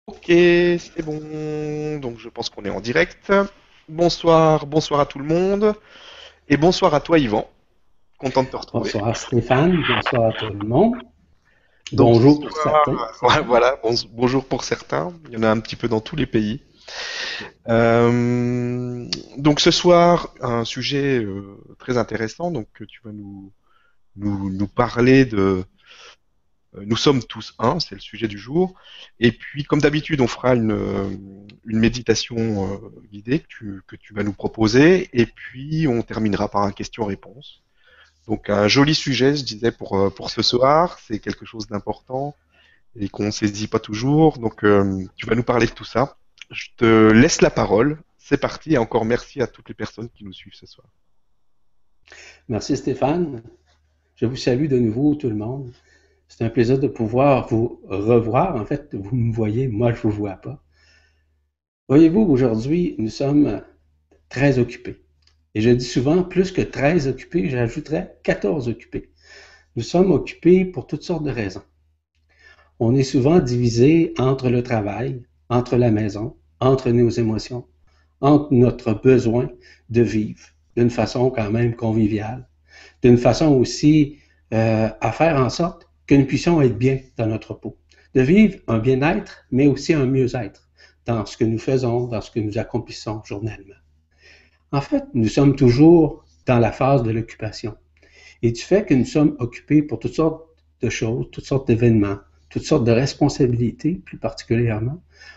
Ok, c'est bon. Donc je pense qu'on est en direct. Bonsoir, bonsoir à tout le monde. Et bonsoir à toi Yvan. Content de te retrouver. Bonsoir Stéphane, bonsoir à tout le monde. Donc ce Bonjour pour soir, certains. voilà, bonjour pour certains. Il y en a un petit peu dans tous les pays. Donc ce soir, un sujet très intéressant. Donc tu vas nous parler de nous sommes tous un, c'est le sujet du jour. Et puis, comme d'habitude, on fera une méditation guidée que tu vas nous proposer. Et puis, on terminera par un question-réponse. Donc, un joli sujet, je disais, pour ce soir. C'est quelque chose d'important et qu'on ne saisit pas toujours. Donc, tu vas nous parler de tout ça. Je te laisse la parole. C'est parti. Et encore merci à toutes les personnes qui nous suivent ce soir. Merci Stéphane. Je vous salue de nouveau tout le monde. C'est un plaisir de pouvoir vous revoir. En fait, vous me voyez, moi je ne vous vois pas. Voyez-vous, aujourd'hui, nous sommes très occupés. Et je dis souvent, plus que 13 occupés, j'ajouterais 14 occupés. Nous sommes occupés pour toutes sortes de raisons. On est souvent divisé entre le travail, entre la maison, entre nos émotions, entre notre besoin de vivre d'une façon quand même conviviale, d'une façon aussi à faire en sorte que nous puissions être bien dans notre peau, de vivre un bien-être, mais aussi un mieux-être dans ce que nous faisons, dans ce que nous accomplissons journellement. En fait, nous sommes toujours dans la phase de l'occupation. Et du fait que nous sommes occupés pour toutes sortes de choses, toutes sortes d'événements, toutes sortes de responsabilités, plus particulièrement,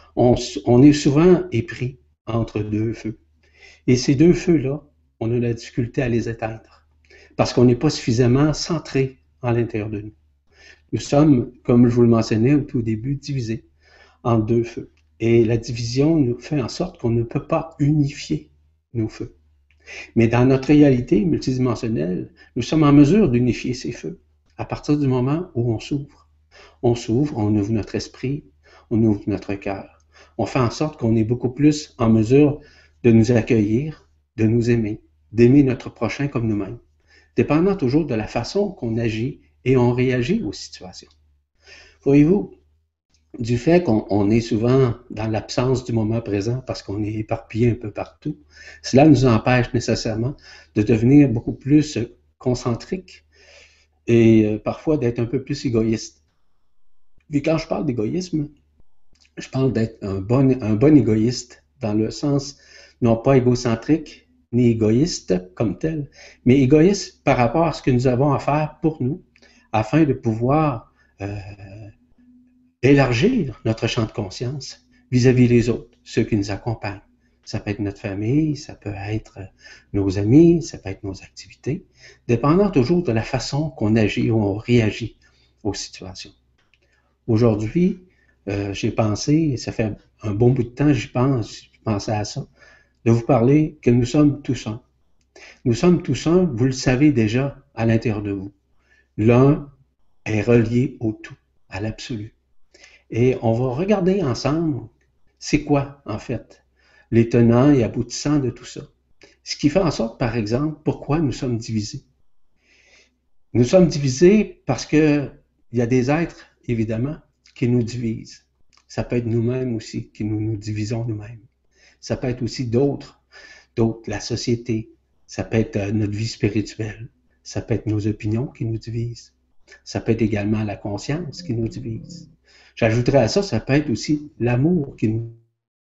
on est souvent épris entre deux feux. Et ces deux feux-là, on a la difficulté à les éteindre parce qu'on n'est pas suffisamment centré à l'intérieur de nous. Nous sommes, comme je vous le mentionnais au tout début, divisés en deux feux. Et la division nous fait en sorte qu'on ne peut pas unifier nos feux. Mais dans notre réalité multidimensionnelle, nous sommes en mesure d'unifier ces feux à partir du moment où on s'ouvre. On s'ouvre, on ouvre notre esprit, on ouvre notre cœur. On fait en sorte qu'on est beaucoup plus en mesure de nous accueillir, de nous aimer, d'aimer notre prochain comme nous-mêmes, dépendant toujours de la façon qu'on agit et on réagit aux situations. Voyez-vous, du fait qu'on est souvent dans l'absence du moment présent parce qu'on est éparpillé un peu partout, cela nous empêche nécessairement de devenir beaucoup plus concentrique et parfois d'être un peu plus égoïste. Et quand je parle d'égoïsme, je parle d'être un bon égoïste dans le sens non pas égocentrique ni égoïste comme tel, mais égoïste par rapport à ce que nous avons à faire pour nous afin de pouvoir élargir notre champ de conscience vis-à-vis des autres, ceux qui nous accompagnent. Ça peut être notre famille, ça peut être nos amis, ça peut être nos activités, dépendant toujours de la façon qu'on agit ou on réagit aux situations. Aujourd'hui, j'ai pensé, ça fait un bon bout de temps, je pensais à ça, de vous parler que nous sommes tous un. Nous sommes tous un, vous le savez déjà à l'intérieur de vous. L'un est relié au tout, à l'absolu. Et on va regarder ensemble, c'est quoi, en fait, les tenants et aboutissants de tout ça. Ce qui fait en sorte, par exemple, pourquoi nous sommes divisés. Nous sommes divisés parce que il y a des êtres, évidemment, qui nous divisent. Ça peut être nous-mêmes aussi, qui nous divisons nous-mêmes. Ça peut être aussi d'autres, la société. Ça peut être notre vie spirituelle. Ça peut être nos opinions qui nous divisent. Ça peut être également la conscience qui nous divise. J'ajouterais à ça, ça peut être aussi l'amour qui nous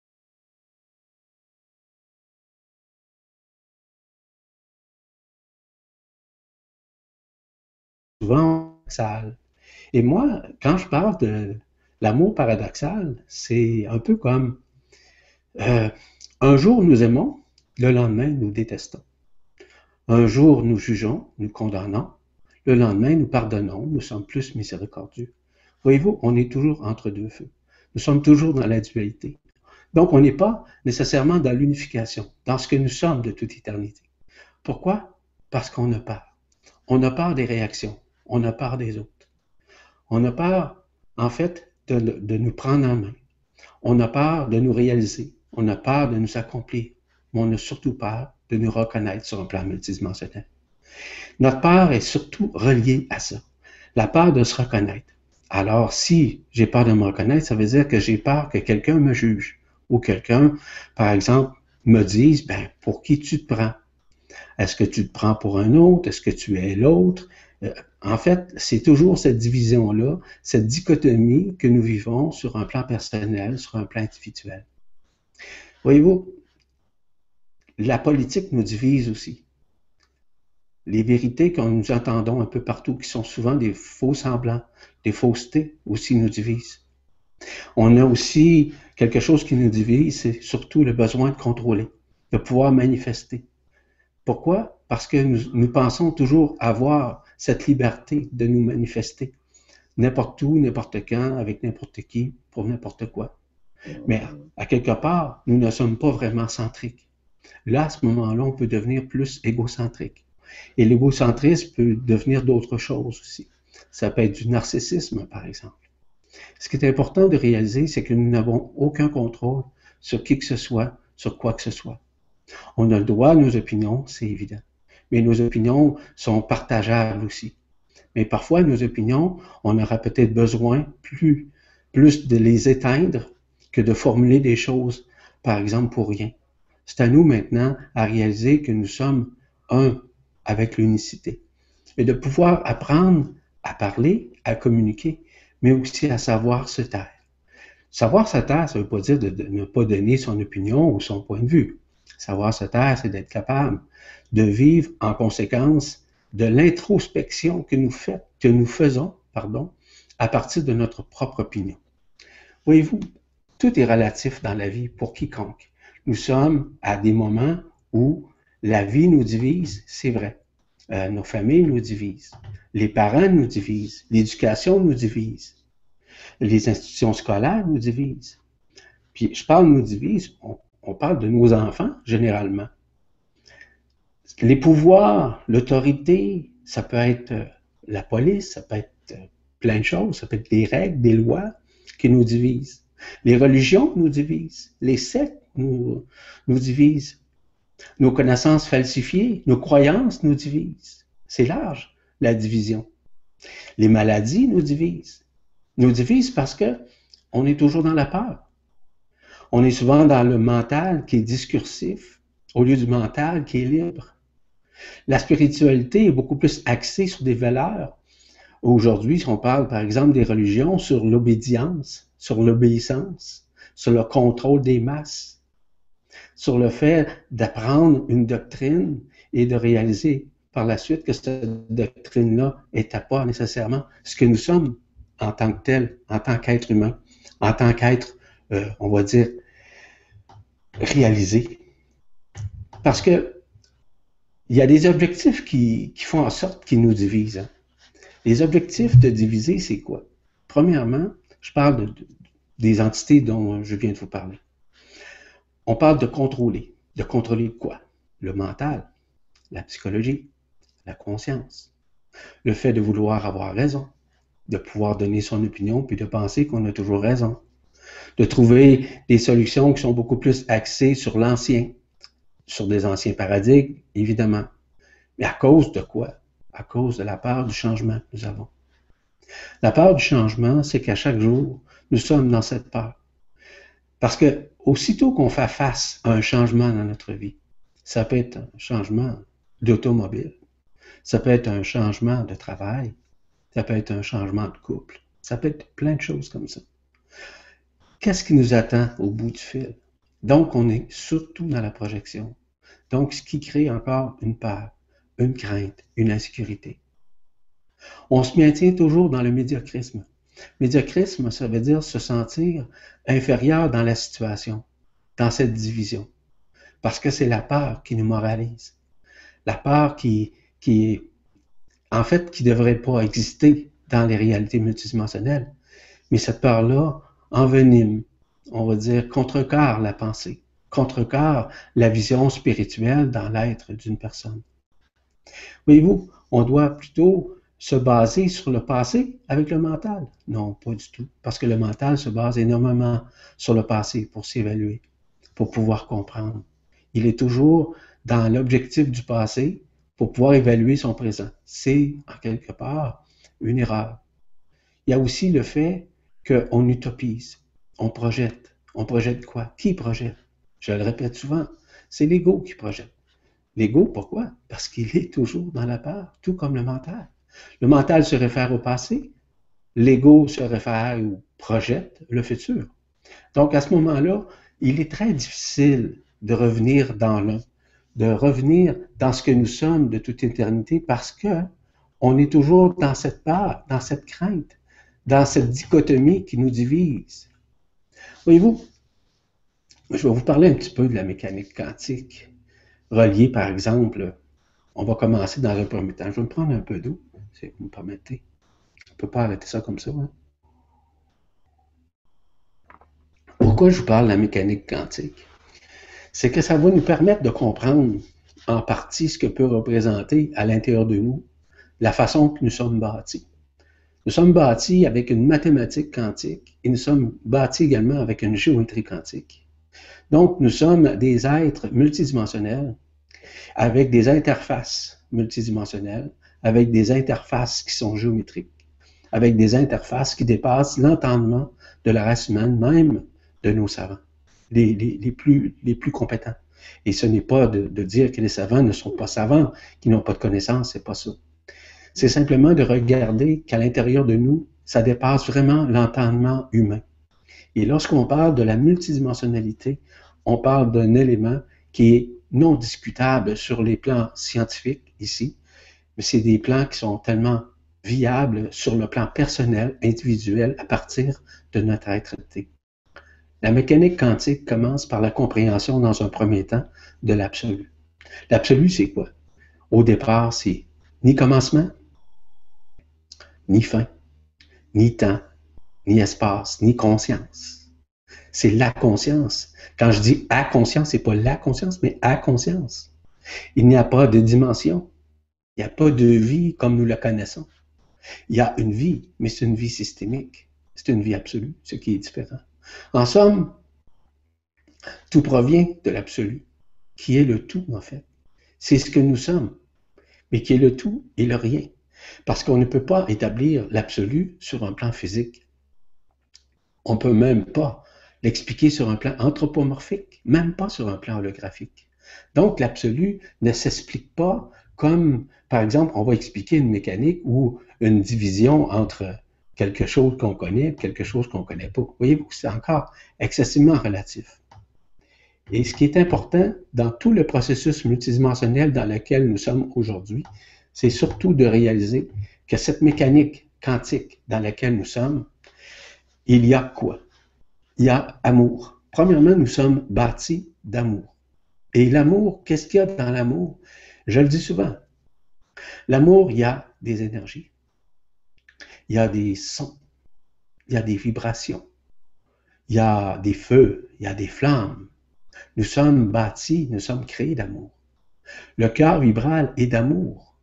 souvent paradoxal. Et moi, quand je parle de l'amour paradoxal, c'est un peu comme euh, un jour nous aimons, le lendemain nous détestons. Un jour nous jugeons, nous condamnons, le lendemain nous pardonnons, nous sommes plus miséricordieux. Voyez-vous, on est toujours entre deux feux. Nous sommes toujours dans la dualité. Donc, on n'est pas nécessairement dans l'unification, dans ce que nous sommes de toute éternité. Pourquoi? Parce qu'on a peur. On a peur des réactions. On a peur des autres. On a peur, en fait, de nous prendre en main. On a peur de nous réaliser. On a peur de nous accomplir. Mais on a surtout peur de nous reconnaître sur un plan multidimensionnel. Notre peur est surtout reliée à ça. La peur de se reconnaître. Alors, si j'ai peur de me reconnaître, ça veut dire que j'ai peur que quelqu'un me juge ou quelqu'un, par exemple, me dise, ben, pour qui tu te prends? Est-ce que tu te prends pour un autre? Est-ce que tu es l'autre? En fait, c'est toujours cette division-là, cette dichotomie que nous vivons sur un plan personnel, sur un plan individuel. Voyez-vous, la politique nous divise aussi. Les vérités que nous entendons un peu partout, qui sont souvent des faux semblants, des faussetés, aussi nous divisent. On a aussi quelque chose qui nous divise, c'est surtout le besoin de contrôler, de pouvoir manifester. Pourquoi? Parce que nous pensons toujours avoir cette liberté de nous manifester, n'importe où, n'importe quand, avec n'importe qui, pour n'importe quoi. Mais à quelque part, nous ne sommes pas vraiment centriques. Là, à ce moment-là, on peut devenir plus égocentrique. Et l'égocentrisme peut devenir d'autres choses aussi. Ça peut être du narcissisme, par exemple. Ce qui est important de réaliser, c'est que nous n'avons aucun contrôle sur qui que ce soit, sur quoi que ce soit. On a le droit à nos opinions, c'est évident. Mais nos opinions sont partageables aussi. Mais parfois, nos opinions, on aura peut-être besoin plus de les éteindre que de formuler des choses, par exemple, pour rien. C'est à nous maintenant à réaliser que nous sommes un avec l'unicité. Et de pouvoir apprendre à parler, à communiquer, mais aussi à savoir se taire. Savoir se taire, ça ne veut pas dire de ne pas donner son opinion ou son point de vue. Savoir se taire, c'est d'être capable de vivre en conséquence de l'introspection que nous faisons, à partir de notre propre opinion. Voyez-vous, tout est relatif dans la vie pour quiconque. Nous sommes à des moments où la vie nous divise, c'est vrai. Nos familles nous divisent. Les parents nous divisent. L'éducation nous divise. Les institutions scolaires nous divisent. Puis je parle nous divise, on parle de nos enfants, généralement. Les pouvoirs, l'autorité, ça peut être la police, ça peut être plein de choses, ça peut être des règles, des lois qui nous divisent. Les religions nous divisent, les sectes nous divisent, nos connaissances falsifiées, nos croyances nous divisent. C'est large, la division. Les maladies nous divisent. Nous divisent parce que on est toujours dans la peur. On est souvent dans le mental qui est discursif au lieu du mental qui est libre. La spiritualité est beaucoup plus axée sur des valeurs. Aujourd'hui, si on parle par exemple des religions, sur l'obédience, sur l'obéissance, sur le contrôle des masses, sur le fait d'apprendre une doctrine et de réaliser par la suite que cette doctrine-là n'était pas nécessairement ce que nous sommes en tant que tel, en tant qu'être humain, en tant qu'être, on va dire, réalisé. Parce que il y a des objectifs qui font en sorte qu'ils nous divisent. Hein. Les objectifs de diviser, c'est quoi? Premièrement, je parle des entités dont je viens de vous parler. On parle de contrôler. De contrôler quoi? Le mental, la psychologie, la conscience, le fait de vouloir avoir raison, de pouvoir donner son opinion puis de penser qu'on a toujours raison, de trouver des solutions qui sont beaucoup plus axées sur l'ancien, sur des anciens paradigmes, évidemment. Mais à cause de quoi? À cause de la peur du changement que nous avons. La peur du changement, c'est qu'à chaque jour, nous sommes dans cette peur. Parce que aussitôt qu'on fait face à un changement dans notre vie, ça peut être un changement d'automobile, ça peut être un changement de travail, ça peut être un changement de couple, ça peut être plein de choses comme ça. Qu'est-ce qui nous attend au bout du fil? Donc, on est surtout dans la projection. Donc, ce qui crée encore une peur, une crainte, une insécurité. On se maintient toujours dans le médiocrisme. Médiocrisme, ça veut dire se sentir inférieur dans la situation, dans cette division. Parce que c'est la peur qui nous moralise. La peur qui devrait pas exister dans les réalités multidimensionnelles. Mais cette peur-là envenime, on va dire, contrecarre la pensée, contrecarre la vision spirituelle dans l'être d'une personne. Voyez-vous, on doit plutôt se baser sur le passé avec le mental. Non, pas du tout. Parce que le mental se base énormément sur le passé pour s'évaluer, pour pouvoir comprendre. Il est toujours dans l'objectif du passé pour pouvoir évaluer son présent. C'est, en quelque part, une erreur. Il y a aussi le fait qu'on utopise, on projette. On projette quoi? Qui projette? Je le répète souvent, c'est l'ego qui projette. L'ego, pourquoi? Parce qu'il est toujours dans la peur, tout comme le mental. Le mental se réfère au passé, l'ego se réfère ou projette le futur. Donc, à ce moment-là, il est très difficile de revenir dans l'un, de revenir dans ce que nous sommes de toute éternité parce que on est toujours dans cette peur, dans cette crainte, dans cette dichotomie qui nous divise. Voyez-vous, je vais vous parler un petit peu de la mécanique quantique, reliée par exemple, on va commencer dans un premier temps. Je vais me prendre un peu d'eau, si vous me permettez. On ne peut pas arrêter ça comme ça. Hein? Pourquoi je vous parle de la mécanique quantique? C'est que ça va nous permettre de comprendre en partie ce que peut représenter à l'intérieur de nous la façon que nous sommes bâtis. Nous sommes bâtis avec une mathématique quantique et nous sommes bâtis également avec une géométrie quantique. Donc, nous sommes des êtres multidimensionnels avec des interfaces multidimensionnelles, avec des interfaces qui sont géométriques, avec des interfaces qui dépassent l'entendement de la race humaine, même de nos savants, les plus compétents. Et ce n'est pas de dire que les savants ne sont pas savants, qu'ils n'ont pas de connaissances, c'est pas ça. C'est simplement de regarder qu'à l'intérieur de nous, ça dépasse vraiment l'entendement humain. Et lorsqu'on parle de la multidimensionnalité, on parle d'un élément qui est non discutable sur les plans scientifiques ici, mais c'est des plans qui sont tellement viables sur le plan personnel, individuel, à partir de notre être-té. La mécanique quantique commence par la compréhension, dans un premier temps, de l'absolu. L'absolu, c'est quoi? Au départ, c'est ni commencement, ni fin, ni temps, ni espace, ni conscience. C'est la conscience. Quand je dis à conscience, c'est pas la conscience, mais à conscience. Il n'y a pas de dimension. Il n'y a pas de vie comme nous la connaissons. Il y a une vie, mais c'est une vie systémique. C'est une vie absolue, ce qui est différent. En somme, tout provient de l'absolu, qui est le tout, en fait. C'est ce que nous sommes, mais qui est le tout et le rien. Parce qu'on ne peut pas établir l'absolu sur un plan physique. On ne peut même pas l'expliquer sur un plan anthropomorphique, même pas sur un plan holographique. Donc, l'absolu ne s'explique pas comme, par exemple, on va expliquer une mécanique ou une division entre quelque chose qu'on connaît et quelque chose qu'on ne connaît pas. Voyez-vous que c'est encore excessivement relatif. Et ce qui est important dans tout le processus multidimensionnel dans lequel nous sommes aujourd'hui, c'est surtout de réaliser que cette mécanique quantique dans laquelle nous sommes, il y a quoi? Il y a amour. Premièrement, nous sommes bâtis d'amour. Et l'amour, qu'est-ce qu'il y a dans l'amour? Je le dis souvent. L'amour, il y a des énergies. Il y a des sons. Il y a des vibrations. Il y a des feux. Il y a des flammes. Nous sommes bâtis, nous sommes créés d'amour. Le cœur vibral est d'amour.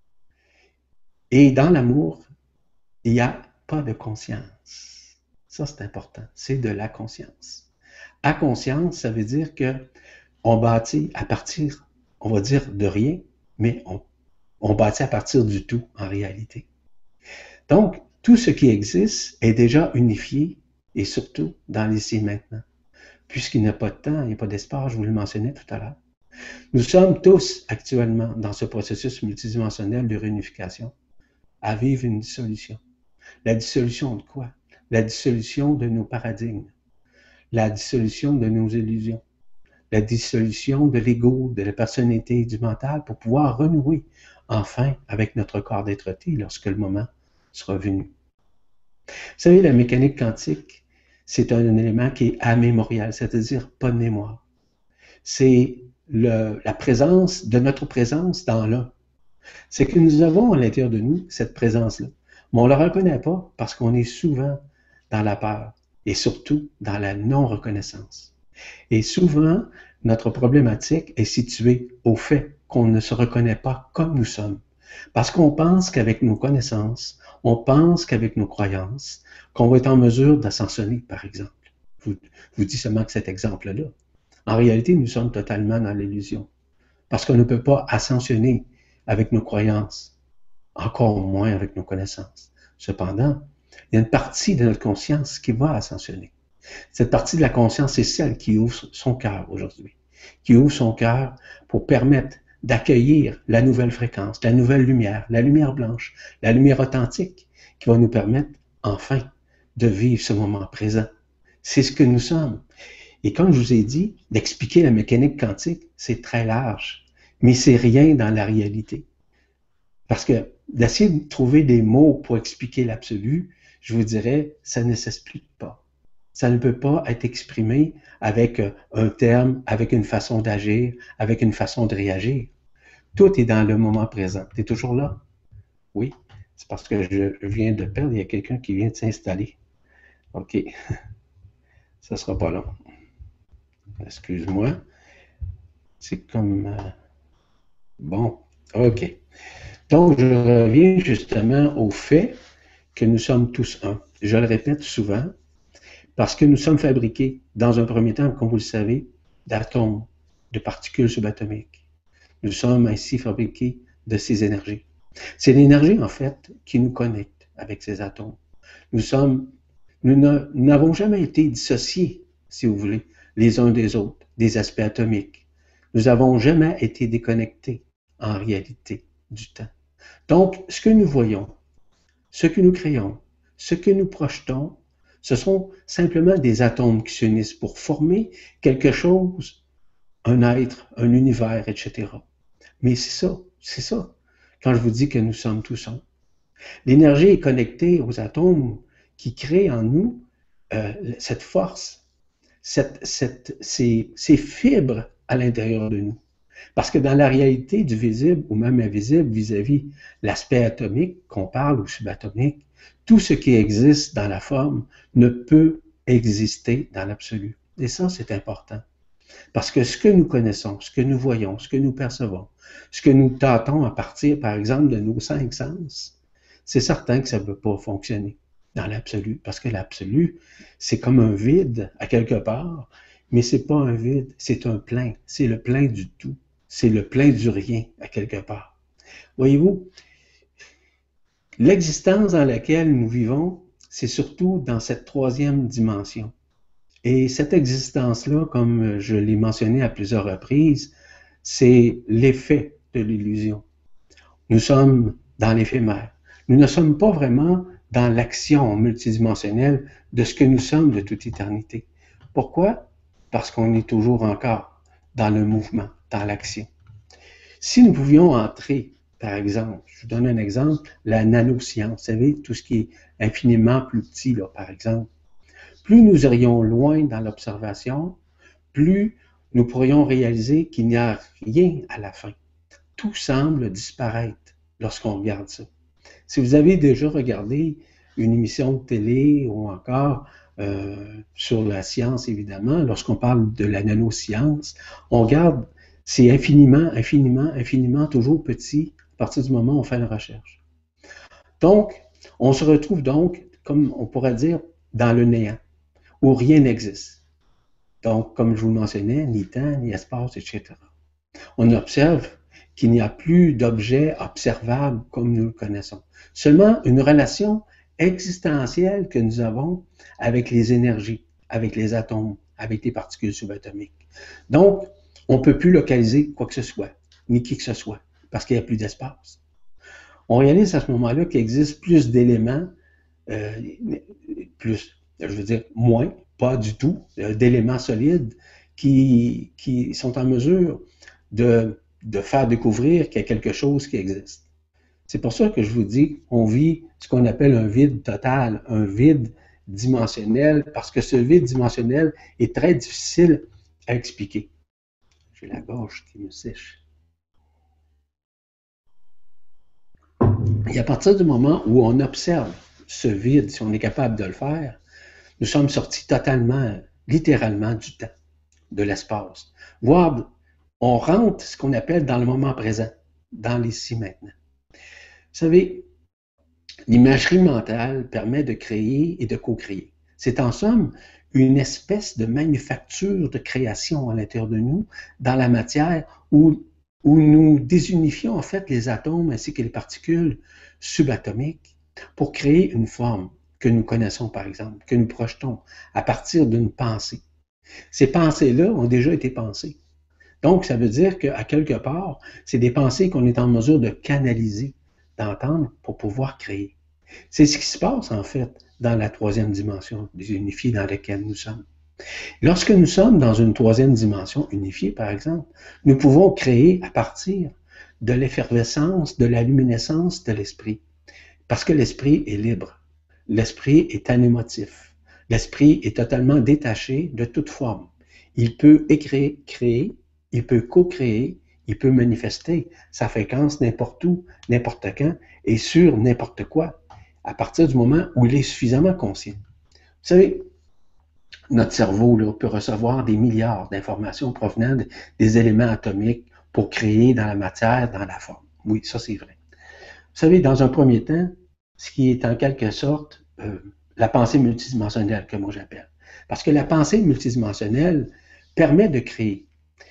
Et dans l'amour, il n'y a pas de conscience. Ça, c'est important. C'est de la conscience. À conscience, ça veut dire que on bâtit à partir, on va dire, de rien, mais on bâtit à partir du tout, en réalité. Donc, tout ce qui existe est déjà unifié, et surtout dans l'ici et maintenant. Puisqu'il n'y a pas de temps, il n'y a pas d'espace, je vous le mentionnais tout à l'heure. Nous sommes tous actuellement dans ce processus multidimensionnel de réunification à vivre une dissolution. La dissolution de quoi? La dissolution de nos paradigmes, la dissolution de nos illusions, la dissolution de l'ego, de la personnalité et du mental pour pouvoir renouer enfin avec notre corps d'être-té lorsque le moment sera venu. Vous savez, la mécanique quantique, c'est un élément qui est amémorial, c'est-à-dire pas de mémoire. C'est la présence de notre présence dans l'un. C'est que nous avons à l'intérieur de nous cette présence-là. Mais on ne la reconnaît pas parce qu'on est souvent dans la peur et surtout dans la non-reconnaissance. Et souvent, notre problématique est située au fait qu'on ne se reconnaît pas comme nous sommes. Parce qu'on pense qu'avec nos connaissances, on pense qu'avec nos croyances, qu'on va être en mesure d'ascensionner, par exemple. Je vous dis seulement que cet exemple-là. En réalité, nous sommes totalement dans l'illusion. Parce qu'on ne peut pas ascensionner avec nos croyances, encore moins avec nos connaissances. Cependant, Il y a une partie de notre conscience qui va ascensionner. Cette partie de la conscience, c'est celle qui ouvre son cœur aujourd'hui, qui ouvre son cœur pour permettre d'accueillir la nouvelle fréquence, la nouvelle lumière, la lumière blanche, la lumière authentique, qui va nous permettre, enfin, de vivre ce moment présent. C'est ce que nous sommes. Et comme je vous ai dit, d'expliquer la mécanique quantique, c'est très large, mais c'est rien dans la réalité. Parce que d'essayer de trouver des mots pour expliquer l'absolu, je vous dirais, ça ne s'explique pas. Ça ne peut pas être exprimé avec un terme, avec une façon d'agir, avec une façon de réagir. Tout est dans le moment présent. Tu es toujours là? Oui. C'est parce que je viens de perdre, il y a quelqu'un qui vient de s'installer. OK. Ça sera pas long. Excuse-moi. C'est comme... Bon. OK. Donc, je reviens justement au fait que nous sommes tous un. Je le répète souvent, parce que nous sommes fabriqués, dans un premier temps, comme vous le savez, d'atomes, de particules subatomiques. Nous sommes ainsi fabriqués de ces énergies. C'est l'énergie, en fait, qui nous connecte avec ces atomes. Nous n'avons jamais été dissociés, si vous voulez, les uns des autres, des aspects atomiques. Nous n'avons jamais été déconnectés, en réalité, du temps. Donc, ce que nous voyons, ce que nous créons, ce que nous projetons, ce sont simplement des atomes qui s'unissent pour former quelque chose, un être, un univers, etc. Mais c'est ça, quand je vous dis que nous sommes tous un. L'énergie est connectée aux atomes qui créent en nous cette force, ces fibres à l'intérieur de nous. Parce que dans la réalité du visible ou même invisible vis-à-vis l'aspect atomique qu'on parle ou subatomique, tout ce qui existe dans la forme ne peut exister dans l'absolu. Et ça, c'est important. Parce que ce que nous connaissons, ce que nous voyons, ce que nous percevons, ce que nous tâtons à partir, par exemple, de nos 5 sens, c'est certain que ça ne peut pas fonctionner dans l'absolu. Parce que l'absolu, c'est comme un vide à quelque part, mais ce n'est pas un vide, c'est un plein. C'est le plein du tout. C'est le plein du rien à quelque part. Voyez-vous, l'existence dans laquelle nous vivons, c'est surtout dans cette troisième dimension. Et cette existence-là, comme je l'ai mentionné à plusieurs reprises, c'est l'effet de l'illusion. Nous sommes dans l'éphémère. Nous ne sommes pas vraiment dans l'action multidimensionnelle de ce que nous sommes de toute éternité. Pourquoi? Parce qu'on est toujours encore dans le mouvement, dans l'action. Si nous pouvions entrer, par exemple, je vous donne un exemple, la nanoscience, vous savez, tout ce qui est infiniment plus petit, là, par exemple, plus nous irions loin dans l'observation, plus nous pourrions réaliser qu'il n'y a rien à la fin. Tout semble disparaître lorsqu'on regarde ça. Si vous avez déjà regardé une émission de télé ou encore sur la science, évidemment, lorsqu'on parle de la nanoscience, on regarde, c'est infiniment, infiniment, infiniment toujours petit à partir du moment où on fait la recherche. Donc, on se retrouve donc, comme on pourrait dire, dans le néant, où rien n'existe. Donc, comme je vous le mentionnais, ni temps, ni espace, etc. On observe qu'il n'y a plus d'objets observables comme nous le connaissons. Seulement une relation existentielle que nous avons avec les énergies, avec les atomes, avec les particules subatomiques. Donc, on ne peut plus localiser quoi que ce soit, ni qui que ce soit, parce qu'il n'y a plus d'espace. On réalise à ce moment-là qu'il existe plus d'éléments, moins, pas du tout, d'éléments solides qui sont en mesure de faire découvrir qu'il y a quelque chose qui existe. C'est pour ça que je vous dis, on vit ce qu'on appelle un vide total, un vide dimensionnel, parce que ce vide dimensionnel est très difficile à expliquer. J'ai la gorge qui me sèche. Et à partir du moment où on observe ce vide, si on est capable de le faire, nous sommes sortis totalement, littéralement du temps, de l'espace. Voire, on rentre ce qu'on appelle dans le moment présent, dans l'ici maintenant. Vous savez, l'imagerie mentale permet de créer et de co-créer. C'est en somme une espèce de manufacture de création à l'intérieur de nous, dans la matière, où nous désunifions en fait les atomes ainsi que les particules subatomiques pour créer une forme. que nous connaissons, par exemple, que nous projetons à partir d'une pensée. Ces pensées-là ont déjà été pensées. Donc, ça veut dire qu'à quelque part, c'est des pensées qu'on est en mesure de canaliser, d'entendre pour pouvoir créer. C'est ce qui se passe, en fait, dans la troisième dimension des unifiés dans laquelle nous sommes. Lorsque nous sommes dans une troisième dimension unifiée, par exemple, nous pouvons créer à partir de l'effervescence, de la luminescence de l'esprit. Parce que l'esprit est libre. L'esprit est anémotif. L'esprit est totalement détaché de toute forme. Il peut écrire, créer, il peut co-créer, il peut manifester sa fréquence n'importe où, n'importe quand et sur n'importe quoi, à partir du moment où il est suffisamment conscient. Vous savez, notre cerveau là, peut recevoir des milliards d'informations provenant des éléments atomiques pour créer dans la matière, dans la forme. Oui, ça c'est vrai. Vous savez, dans un premier temps, ce qui est en quelque sorte la pensée multidimensionnelle que moi j'appelle. Parce que la pensée multidimensionnelle permet de créer.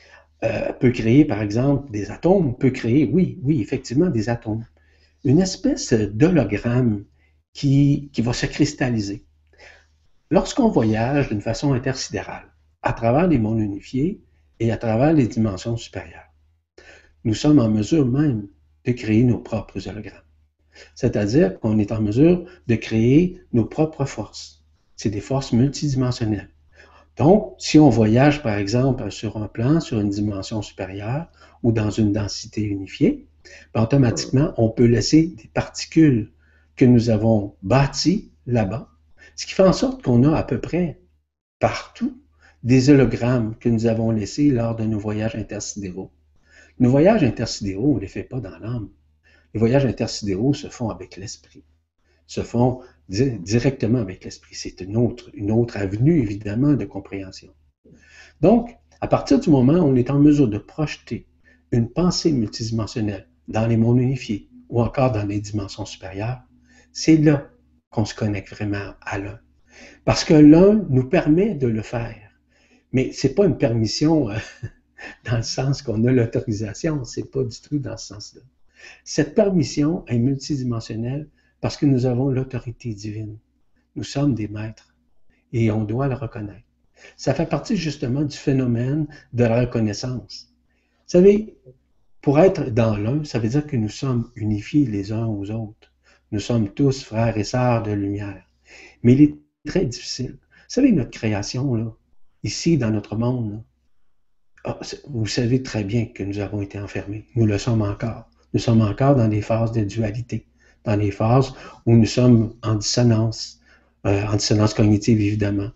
Peut créer, par exemple, des atomes, peut créer, oui, effectivement, des atomes. Une espèce d'hologramme qui va se cristalliser. Lorsqu'on voyage d'une façon intersidérale, à travers les mondes unifiés et à travers les dimensions supérieures, nous sommes en mesure même de créer nos propres hologrammes. C'est-à-dire qu'on est en mesure de créer nos propres forces. C'est des forces multidimensionnelles. Donc, si on voyage, par exemple, sur un plan, sur une dimension supérieure ou dans une densité unifiée, ben, automatiquement, on peut laisser des particules que nous avons bâties là-bas, ce qui fait en sorte qu'on a à peu près partout des hologrammes que nous avons laissés lors de nos voyages intersidéraux. Nos voyages intersidéraux, on ne les fait pas dans l'âme. Les voyages intersidéraux se font avec l'esprit, se font directement avec l'esprit. C'est une autre avenue, évidemment, de compréhension. Donc, à partir du moment où on est en mesure de projeter une pensée multidimensionnelle dans les mondes unifiés ou encore dans les dimensions supérieures, c'est là qu'on se connecte vraiment à l'un. Parce que l'un nous permet de le faire. Mais ce n'est pas une permission dans le sens qu'on a l'autorisation, c'est pas du tout dans ce sens-là. Cette permission est multidimensionnelle parce que nous avons l'autorité divine. Nous sommes des maîtres et on doit le reconnaître. Ça fait partie justement du phénomène de la reconnaissance. Vous savez, pour être dans l'un, ça veut dire que nous sommes unifiés les uns aux autres. Nous sommes tous frères et sœurs de lumière. Mais il est très difficile. Vous savez, notre création, là, ici, dans notre monde, là, vous savez très bien que nous avons été enfermés. Nous le sommes encore. Nous sommes encore dans des phases de dualité, dans des phases où nous sommes en dissonance cognitive évidemment,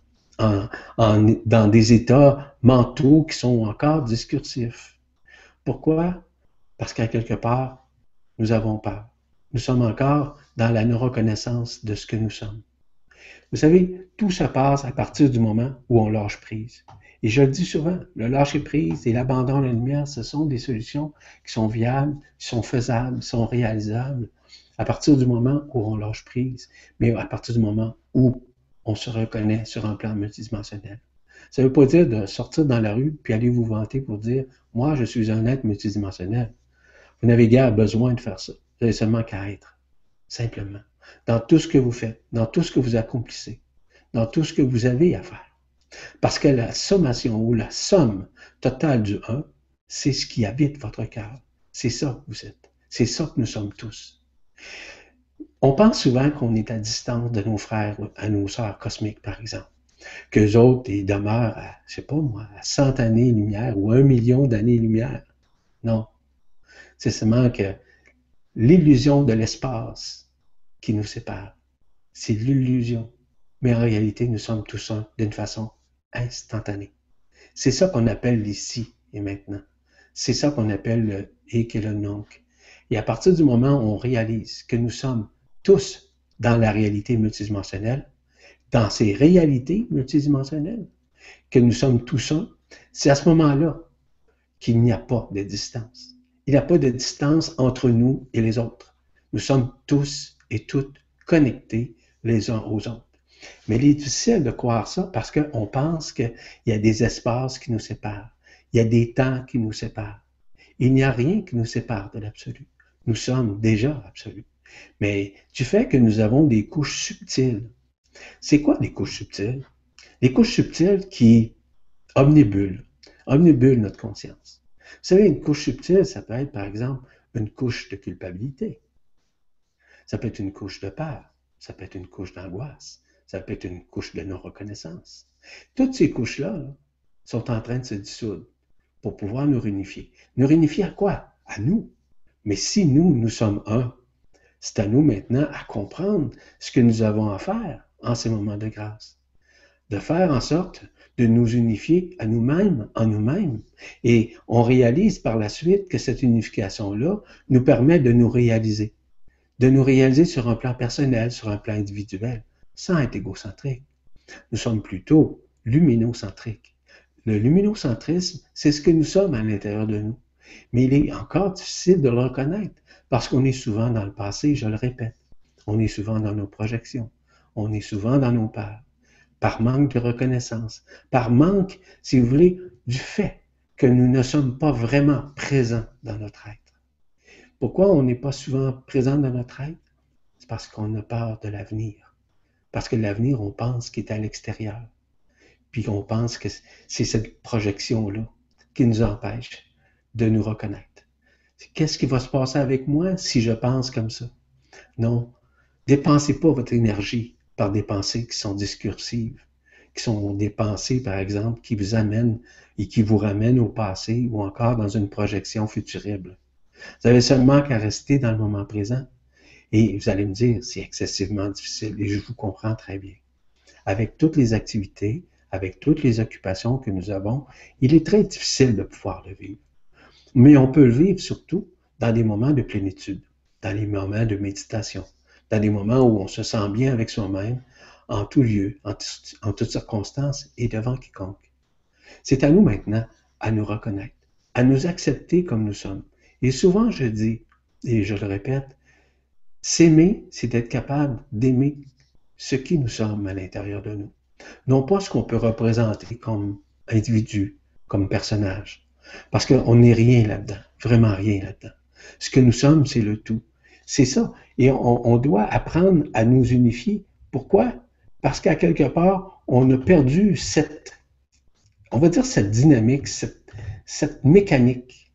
dans des états mentaux qui sont encore discursifs. Pourquoi? Parce qu'à quelque part, nous avons peur. Nous sommes encore dans la non-reconnaissance de ce que nous sommes. Vous savez, tout se passe à partir du moment où on lâche prise. Et je le dis souvent, le lâcher-prise et l'abandon à la lumière, ce sont des solutions qui sont viables, qui sont faisables, qui sont réalisables à partir du moment où on lâche prise, mais à partir du moment où on se reconnaît sur un plan multidimensionnel. Ça ne veut pas dire de sortir dans la rue puis aller vous vanter pour dire « Moi, je suis un être multidimensionnel ». Vous n'avez guère besoin de faire ça. Vous avez seulement qu'à être, simplement. Dans tout ce que vous faites, dans tout ce que vous accomplissez, dans tout ce que vous avez à faire. Parce que la sommation ou la somme totale du un, c'est ce qui habite votre cœur. C'est ça que vous êtes. C'est ça que nous sommes tous. On pense souvent qu'on est à distance de nos frères, à nos sœurs cosmiques, par exemple. Qu'eux autres, ils demeurent à, je sais pas moi, à 100 années-lumière ou 1 million d'années-lumière. Non. C'est seulement que l'illusion de l'espace qui nous sépare, c'est l'illusion. Mais en réalité, nous sommes tous un d'une façon instantanée. C'est ça qu'on appelle l'ici et maintenant. C'est ça qu'on appelle le hic et le nunc. Et à partir du moment où on réalise que nous sommes tous dans la réalité multidimensionnelle, dans ces réalités multidimensionnelles, que nous sommes tous un, c'est à ce moment-là qu'il n'y a pas de distance. Il n'y a pas de distance entre nous et les autres. Nous sommes tous et toutes connectés les uns aux autres. Mais il est difficile de croire ça parce qu'on pense qu'il y a des espaces qui nous séparent. Il y a des temps qui nous séparent. Il n'y a rien qui nous sépare de l'absolu. Nous sommes déjà absolus. Mais du fait que nous avons des couches subtiles C'est quoi les couches subtiles? Les couches subtiles qui omnibulent notre conscience. Vous savez, une couche subtile, ça peut être, par exemple, une couche de culpabilité. Ça peut être une couche de peur. Ça peut être une couche d'angoisse. Ça peut être une couche de non-reconnaissance. Toutes ces couches-là là, sont en train de se dissoudre pour pouvoir nous réunifier. Nous réunifier à quoi? À nous. Mais si nous, nous sommes un, c'est à nous maintenant à comprendre ce que nous avons à faire en ces moments de grâce. De faire en sorte de nous unifier à nous-mêmes, en nous-mêmes. Et on réalise par la suite que cette unification-là nous permet de nous réaliser sur un plan personnel, sur un plan individuel, sans être égocentrique. Nous sommes plutôt luminocentriques. Le luminocentrisme, c'est ce que nous sommes à l'intérieur de nous. Mais il est encore difficile de le reconnaître parce qu'on est souvent dans le passé, je le répète. On est souvent dans nos projections. On est souvent dans nos peurs. Par manque de reconnaissance. Par manque, si vous voulez, du fait que nous ne sommes pas vraiment présents dans notre être. Pourquoi on n'est pas souvent présent dans notre être? C'est parce qu'on a peur de l'avenir. Parce que l'avenir, on pense qu'il est à l'extérieur. Puis on pense que c'est cette projection-là qui nous empêche de nous reconnaître. Qu'est-ce qui va se passer avec moi si je pense comme ça? Non, dépensez pas votre énergie par des pensées qui sont discursives, qui sont des pensées, par exemple, qui vous amènent et qui vous ramènent au passé ou encore dans une projection futurible. Vous avez seulement qu'à rester dans le moment présent. Et vous allez me dire, c'est excessivement difficile et je vous comprends très bien. Avec toutes les activités, avec toutes les occupations que nous avons, il est très difficile de pouvoir le vivre. Mais on peut le vivre surtout dans des moments de plénitude, dans les moments de méditation, dans des moments où on se sent bien avec soi-même, en tout lieu, en toutes circonstances et devant quiconque. C'est à nous maintenant à nous reconnaître, à nous accepter comme nous sommes. Et souvent je dis, et je le répète, s'aimer, c'est être capable d'aimer ce qui nous sommes à l'intérieur de nous. Non pas ce qu'on peut représenter comme individu, comme personnage. Parce qu'on n'est rien là-dedans, vraiment rien là-dedans. Ce que nous sommes, c'est le tout. C'est ça. Et on doit apprendre à nous unifier. Pourquoi? Parce qu'à quelque part, on a perdu cette, on va dire cette dynamique, cette mécanique.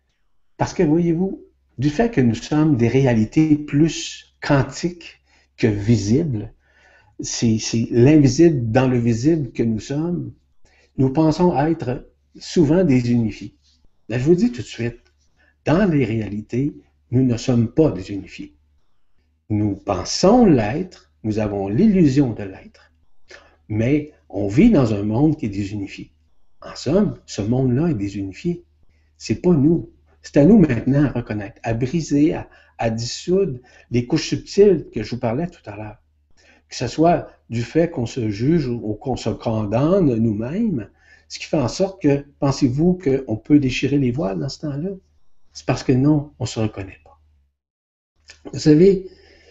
Parce que, voyez-vous, du fait que nous sommes des réalités plus quantiques que visibles, c'est l'invisible dans le visible que nous sommes, nous pensons être souvent désunifiés. Là, je vous dis tout de suite, dans les réalités, nous ne sommes pas désunifiés. Nous pensons l'être, nous avons l'illusion de l'être, mais on vit dans un monde qui est désunifié. En somme, ce monde-là est désunifié. C'est pas nous. C'est à nous maintenant à reconnaître, à briser, à dissoudre les couches subtiles que je vous parlais tout à l'heure. Que ce soit du fait qu'on se juge ou qu'on se condamne nous-mêmes, ce qui fait en sorte que, pensez-vous qu'on peut déchirer les voiles dans ce temps-là? C'est parce que non, on ne se reconnaît pas. Vous savez,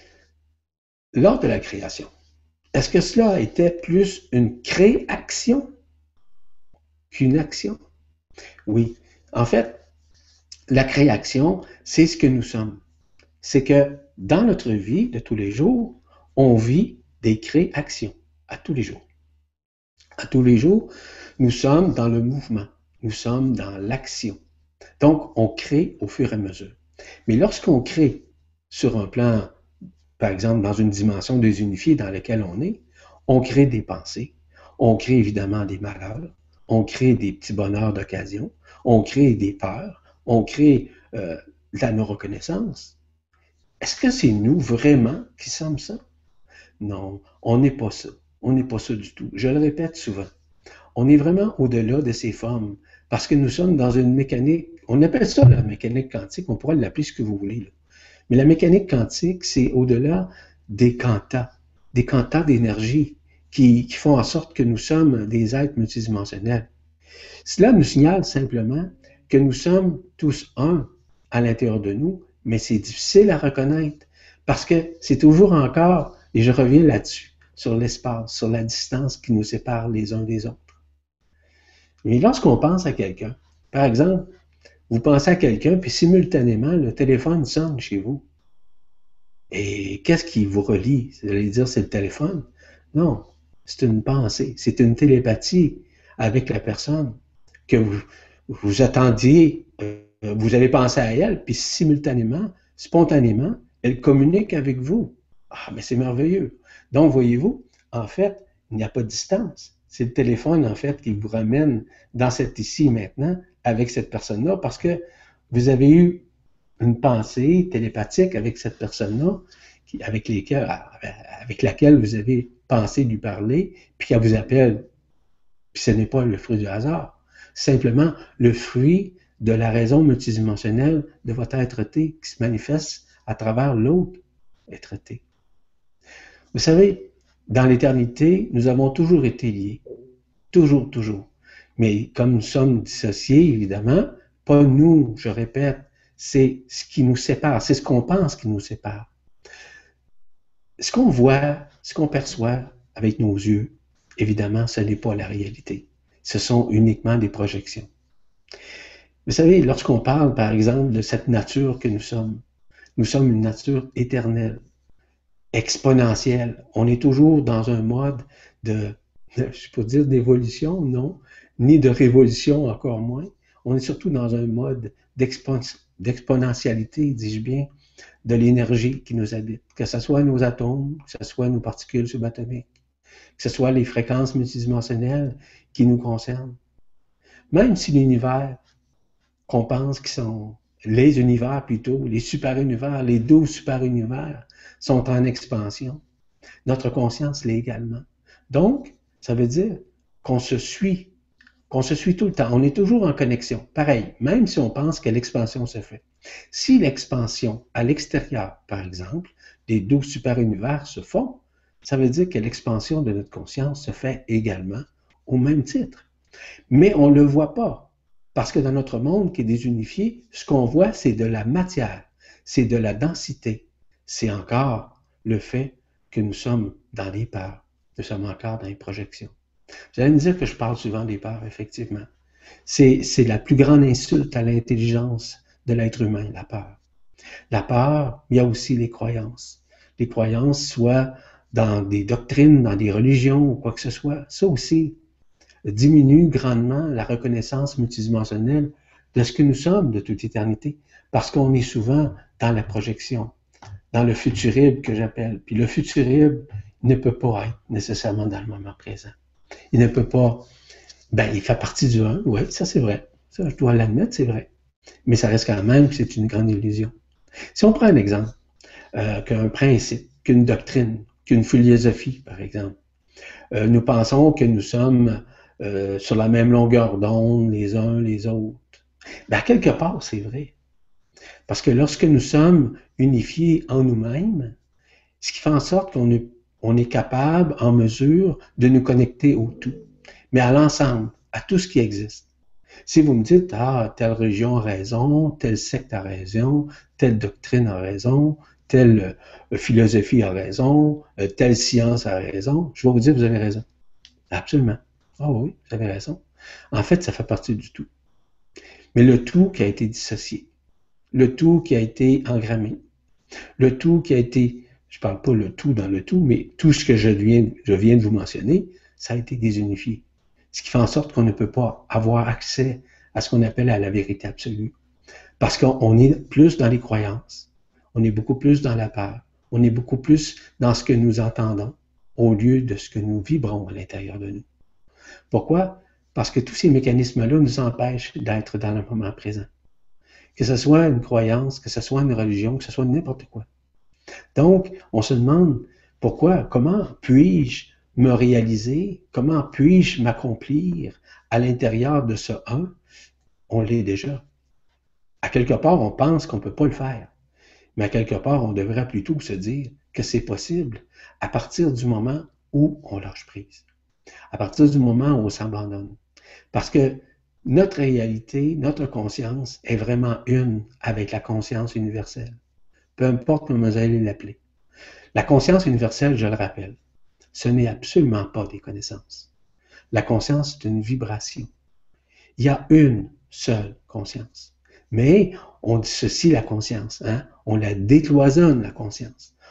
lors de la création, est-ce que cela était plus une création qu'une action? Oui. En fait, la création, c'est ce que nous sommes. C'est que dans notre vie de tous les jours, on vit des créations à tous les jours. À tous les jours, nous sommes dans le mouvement, nous sommes dans l'action. Donc, on crée au fur et à mesure. Mais lorsqu'on crée sur un plan, par exemple, dans une dimension désunifiée dans laquelle on crée des pensées, on crée évidemment des malheurs, on crée des petits bonheurs d'occasion, on crée des peurs, on crée de la non-reconnaissance. Est-ce que c'est nous vraiment qui sommes ça? Non, on n'est pas ça. On n'est pas ça du tout. Je le répète souvent. On est vraiment au-delà de ces formes parce que nous sommes dans une mécanique, on appelle ça la mécanique quantique, on pourrait l'appeler ce que vous voulez. Là. Mais la mécanique quantique, c'est au-delà des quantas d'énergie qui font en sorte que nous sommes des êtres multidimensionnels. Cela nous signale simplement que nous sommes tous un à l'intérieur de nous, mais c'est difficile à reconnaître parce que c'est toujours encore, et je reviens là-dessus, sur l'espace, sur la distance qui nous sépare les uns des autres. Mais lorsqu'on pense à quelqu'un, par exemple, vous pensez à quelqu'un, puis simultanément, le téléphone sonne chez vous. Et qu'est-ce qui vous relie? Vous allez dire, c'est le téléphone. Non, c'est une pensée, c'est une télépathie avec la personne que vous attendiez, vous avez pensé à elle, puis simultanément, spontanément, elle communique avec vous. Ah, mais c'est merveilleux. Donc, voyez-vous, en fait, il n'y a pas de distance. C'est le téléphone, en fait, qui vous ramène dans cet ici et maintenant avec cette personne-là parce que vous avez eu une pensée télépathique avec cette personne-là, avec laquelle vous avez pensé lui parler, puis qu'elle vous appelle, puis ce n'est pas le fruit du hasard. Simplement le fruit de la raison multidimensionnelle de votre être-té qui se manifeste à travers l'autre être-té. Vous savez, dans l'éternité, nous avons toujours été liés. Toujours, toujours. Mais comme nous sommes dissociés, évidemment, pas nous, je répète, c'est ce qui nous sépare, c'est ce qu'on pense qui nous sépare. Ce qu'on voit, ce qu'on perçoit avec nos yeux, évidemment, ce n'est pas la réalité. Ce sont uniquement des projections. Vous savez, lorsqu'on parle, par exemple, de cette nature que nous sommes une nature éternelle, exponentielle. On est toujours dans un mode je peux dire d'évolution, non, ni de révolution, encore moins. On est surtout dans un mode d'exponentialité, dis-je bien, de l'énergie qui nous habite, que ce soit nos atomes, que ce soit nos particules subatomiques, que ce soit les fréquences multidimensionnelles qui nous concernent. Même si l'univers, qu'on pense qu'ils sont les univers plutôt, les super-univers, les 12 super-univers, sont en expansion. Notre conscience l'est également. Donc, ça veut dire qu'on se suit tout le temps. On est toujours en connexion. Pareil, même si on pense que l'expansion se fait. Si l'expansion à l'extérieur, par exemple, des 12 super-univers se font, ça veut dire que l'expansion de notre conscience se fait également au même titre. Mais on ne le voit pas. Parce que dans notre monde qui est désunifié, ce qu'on voit, c'est de la matière, c'est de la densité. C'est encore le fait que nous sommes dans les peurs. Nous sommes encore dans les projections. Vous allez me dire que je parle souvent des peurs, effectivement. C'est la plus grande insulte à l'intelligence de l'être humain, la peur. La peur, il y a aussi les croyances. Les croyances, soit dans des doctrines, dans des religions ou quoi que ce soit, ça aussi diminue grandement la reconnaissance multidimensionnelle de ce que nous sommes de toute éternité, parce qu'on est souvent dans la projection, dans le futurible que j'appelle. Puis le futurible ne peut pas être nécessairement dans le moment présent. Il ne peut pas, il fait partie du un, oui, ça c'est vrai. Ça, je dois l'admettre, c'est vrai. Mais ça reste quand même que c'est une grande illusion. Si on prend un exemple, qu'un principe, qu'une doctrine, qu'une philosophie, par exemple, nous pensons que nous sommes sur la même longueur d'onde les uns les autres. À quelque part, c'est vrai. Parce que lorsque nous sommes unifiés en nous-mêmes, ce qui fait en sorte qu'on est capable, en mesure, de nous connecter au tout, mais à l'ensemble, à tout ce qui existe. Si vous me dites, telle religion a raison, telle secte a raison, telle doctrine a raison, telle philosophie a raison, telle science a raison, je vais vous dire, vous avez raison. Absolument. Ah oui, vous avez raison. En fait, ça fait partie du tout. Mais le tout qui a été dissocié, le tout qui a été engrammé, le tout qui a été, je ne parle pas le tout dans le tout, mais tout ce que je viens de vous mentionner, ça a été désunifié. Ce qui fait en sorte qu'on ne peut pas avoir accès à ce qu'on appelle à la vérité absolue. Parce qu'on est plus dans les croyances, on est beaucoup plus dans la peur, on est beaucoup plus dans ce que nous entendons, au lieu de ce que nous vibrons à l'intérieur de nous. Pourquoi? Parce que tous ces mécanismes-là nous empêchent d'être dans le moment présent. Que ce soit une croyance, que ce soit une religion, que ce soit n'importe quoi. Donc, on se demande pourquoi, comment puis-je me réaliser, comment puis-je m'accomplir à l'intérieur de ce un? On l'est déjà. À quelque part, on pense qu'on ne peut pas le faire. Mais à quelque part, on devrait plutôt se dire que c'est possible à partir du moment où on lâche prise. À partir du moment où on s'abandonne. Parce que notre réalité, notre conscience est vraiment une avec la conscience universelle. Peu importe comment vous allez l'appeler. La conscience universelle, je le rappelle, ce n'est absolument pas des connaissances. La conscience est une vibration. Il y a une seule conscience. Mais on dissocie la conscience, hein? On la décloisonne, la conscience.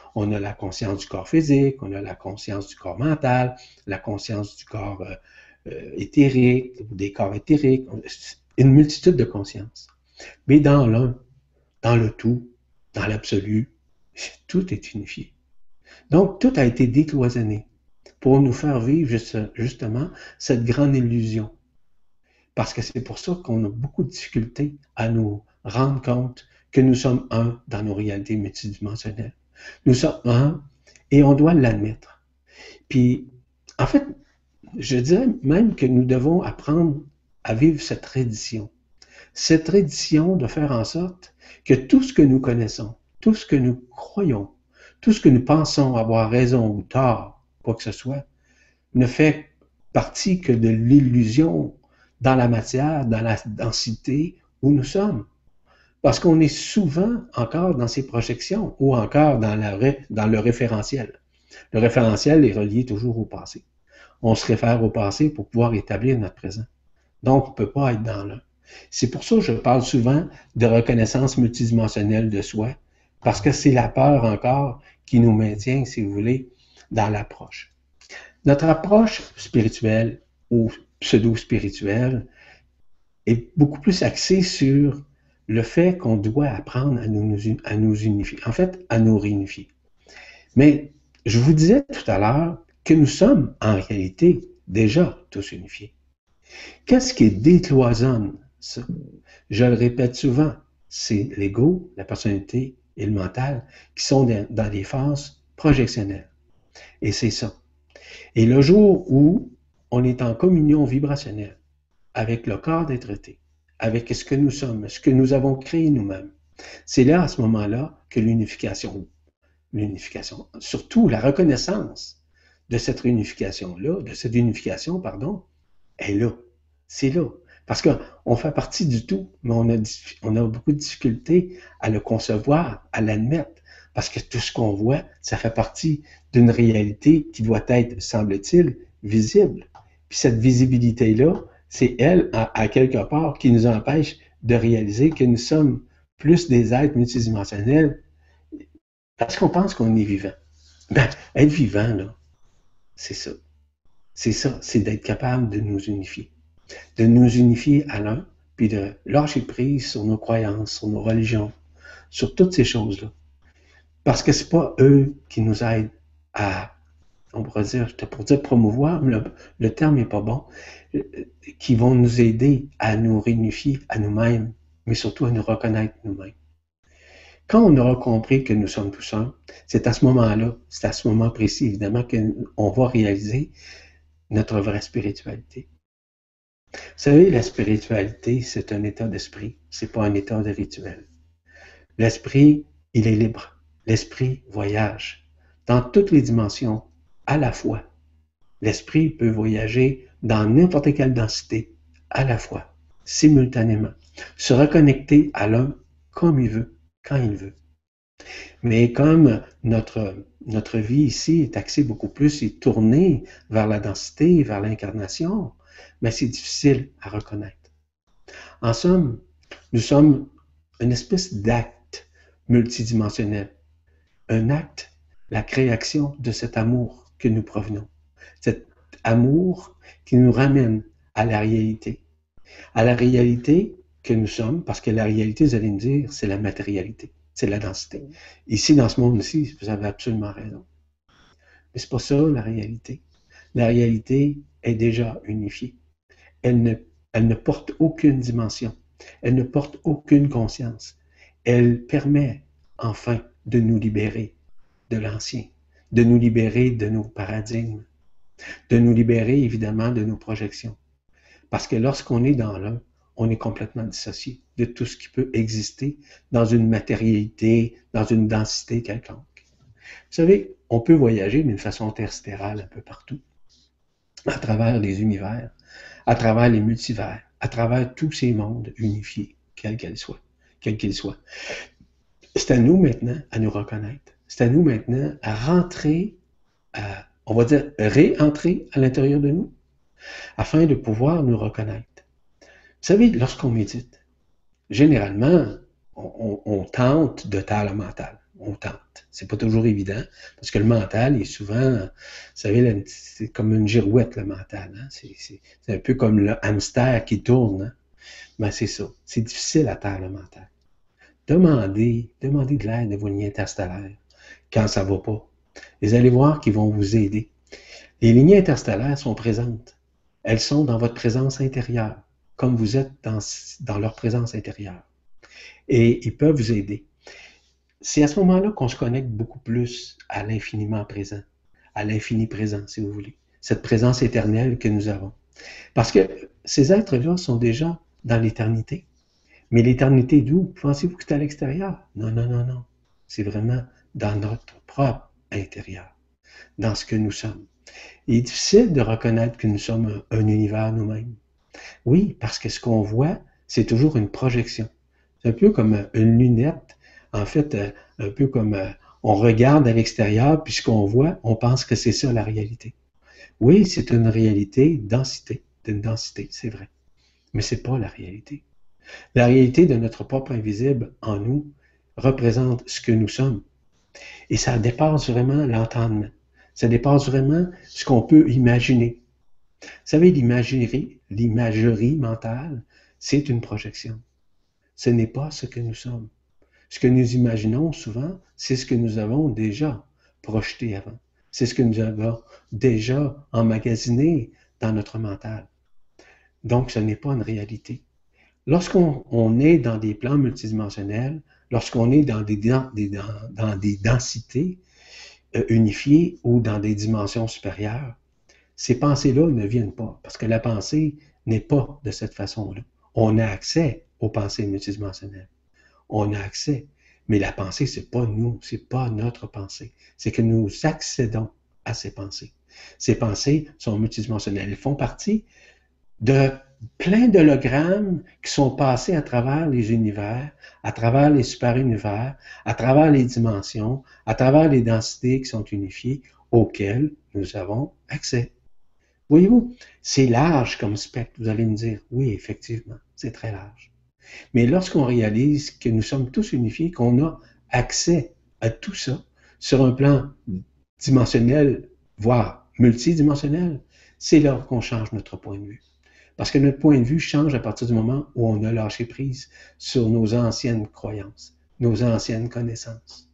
On a la conscience du corps physique, on a la conscience du corps mental, la conscience du corps éthérique, des corps éthériques, une multitude de consciences. Mais dans l'un, dans le tout, dans l'absolu, tout est unifié. Donc, tout a été décloisonné pour nous faire vivre justement cette grande illusion. Parce que c'est pour ça qu'on a beaucoup de difficultés à nous rendre compte que nous sommes un dans nos réalités multidimensionnelles. Nous sommes un et on doit l'admettre. Puis, en fait, je dirais même que nous devons apprendre à vivre cette tradition. Cette tradition de faire en sorte que tout ce que nous connaissons, tout ce que nous croyons, tout ce que nous pensons avoir raison ou tort, quoi que ce soit, ne fait partie que de l'illusion dans la matière, dans la densité où nous sommes. Parce qu'on est souvent encore dans ces projections ou encore dans le référentiel. Le référentiel est relié toujours au passé. On se réfère au passé pour pouvoir établir notre présent. Donc, on ne peut pas être dans l'un. C'est pour ça que je parle souvent de reconnaissance multidimensionnelle de soi, parce que c'est la peur encore qui nous maintient, si vous voulez, dans l'approche. Notre approche spirituelle ou pseudo-spirituelle est beaucoup plus axée sur le fait qu'on doit apprendre à nous unifier, en fait, à nous réunifier. Mais je vous disais tout à l'heure que nous sommes en réalité déjà tous unifiés. Qu'est-ce qui décloisonne ça? Je le répète souvent, c'est l'ego, la personnalité et le mental qui sont dans des phases projectionnelles. Et c'est ça. Et le jour où on est en communion vibrationnelle avec le corps d'être-té, avec ce que nous sommes, ce que nous avons créé nous-mêmes, c'est là, à ce moment-là, que l'unification, surtout la reconnaissance de cette unification-là, est là. C'est là. Parce qu'on fait partie du tout, mais on a beaucoup de difficultés à le concevoir, à l'admettre. Parce que tout ce qu'on voit, ça fait partie d'une réalité qui doit être, semble-t-il, visible. Puis cette visibilité-là, c'est elle, à quelque part, qui nous empêche de réaliser que nous sommes plus des êtres multidimensionnels parce qu'on pense qu'on est vivant. Ben, être vivant, là, c'est ça. C'est ça, c'est d'être capable de nous unifier. De nous unifier à l'un, puis de lâcher prise sur nos croyances, sur nos religions, sur toutes ces choses-là. Parce que c'est pas eux qui nous aident à, on pourrait dire, j'étais pour dire promouvoir, mais le terme n'est pas bon, qui vont nous aider à nous réunifier à nous-mêmes, mais surtout à nous reconnaître nous-mêmes. Quand on aura compris que nous sommes tous un, c'est à ce moment-là, c'est à ce moment précis, évidemment, qu'on va réaliser notre vraie spiritualité. Vous savez, la spiritualité, c'est un état d'esprit, c'est pas un état de rituel. L'esprit, il est libre. L'esprit voyage dans toutes les dimensions à la fois. L'esprit peut voyager dans n'importe quelle densité à la fois, simultanément, se reconnecter à l'un comme il veut, quand il veut. Mais comme notre vie ici est axée beaucoup plus et tournée vers la densité, vers l'incarnation, mais c'est difficile à reconnaître. En somme, nous sommes une espèce d'acte multidimensionnel. Un acte, la création de cet amour que nous provenons. Cet amour qui nous ramène à la réalité. À la réalité que nous sommes, parce que la réalité, vous allez me dire, c'est la matérialité, c'est la densité. Ici, dans ce monde-ci, vous avez absolument raison. Mais c'est pas ça, la réalité. La réalité est déjà unifiée. Elle ne porte aucune dimension. Elle ne porte aucune conscience. Elle permet, enfin, de nous libérer de l'ancien, de nous libérer de nos paradigmes, de nous libérer, évidemment, de nos projections. Parce que lorsqu'on est dans l'un, on est complètement dissocié de tout ce qui peut exister dans une matérialité, dans une densité quelconque. Vous savez, on peut voyager d'une façon interstérale un peu partout, à travers les univers, à travers les multivers, à travers tous ces mondes unifiés, quels qu'ils soient. C'est à nous maintenant à nous reconnaître. C'est à nous maintenant à rentrer, on va dire réentrer à l'intérieur de nous, afin de pouvoir nous reconnaître. Vous savez, lorsqu'on médite, généralement, on tente de taire le mental. on tente. C'est pas toujours évident, parce que le mental est souvent, vous savez, c'est comme une girouette, le mental. Hein? C'est un peu comme le hamster qui tourne. Hein? Ben, c'est ça. C'est difficile à terre, le mental. Demandez de l'aide de vos lignes interstellaires quand ça va pas. Vous allez voir qu'ils vont vous aider. Les lignes interstellaires sont présentes. Elles sont dans votre présence intérieure, comme vous êtes dans leur présence intérieure. Et ils peuvent vous aider. C'est à ce moment-là qu'on se connecte beaucoup plus à l'infiniment présent, à l'infini présent, si vous voulez. Cette présence éternelle que nous avons. Parce que ces êtres-là sont déjà dans l'éternité. Mais l'éternité d'où? Pensez-vous que c'est à l'extérieur? Non, non, non, non. C'est vraiment dans notre propre intérieur, dans ce que nous sommes. Il est difficile de reconnaître que nous sommes un univers nous-mêmes. Oui, parce que ce qu'on voit, c'est toujours une projection. C'est un peu comme une lunette. En fait, un peu comme on regarde à l'extérieur, puis ce qu'on voit, on pense que c'est ça la réalité. Oui, c'est une réalité d'une densité, c'est vrai. Mais c'est pas la réalité. La réalité de notre propre invisible en nous représente ce que nous sommes. Et ça dépasse vraiment l'entendement. Ça dépasse vraiment ce qu'on peut imaginer. Vous savez, l'imagerie mentale, c'est une projection. Ce n'est pas ce que nous sommes. Ce que nous imaginons souvent, c'est ce que nous avons déjà projeté avant. C'est ce que nous avons déjà emmagasiné dans notre mental. Donc, ce n'est pas une réalité. Lorsqu'on est dans des plans multidimensionnels, lorsqu'on est dans des densités unifiées ou dans des dimensions supérieures, ces pensées-là ne viennent pas, parce que la pensée n'est pas de cette façon-là. On a accès aux pensées multidimensionnelles. On a accès. Mais la pensée, c'est pas nous, c'est pas notre pensée. C'est que nous accédons à ces pensées. Ces pensées sont multidimensionnelles. Elles font partie de plein d'hologrammes qui sont passés à travers les univers, à travers les super-univers, à travers les dimensions, à travers les densités qui sont unifiées, auxquelles nous avons accès. Voyez-vous, c'est large comme spectre. Vous allez me dire, oui, effectivement, c'est très large. Mais lorsqu'on réalise que nous sommes tous unifiés, qu'on a accès à tout ça sur un plan dimensionnel, voire multidimensionnel, c'est là qu'on change notre point de vue. Parce que notre point de vue change à partir du moment où on a lâché prise sur nos anciennes croyances, nos anciennes connaissances.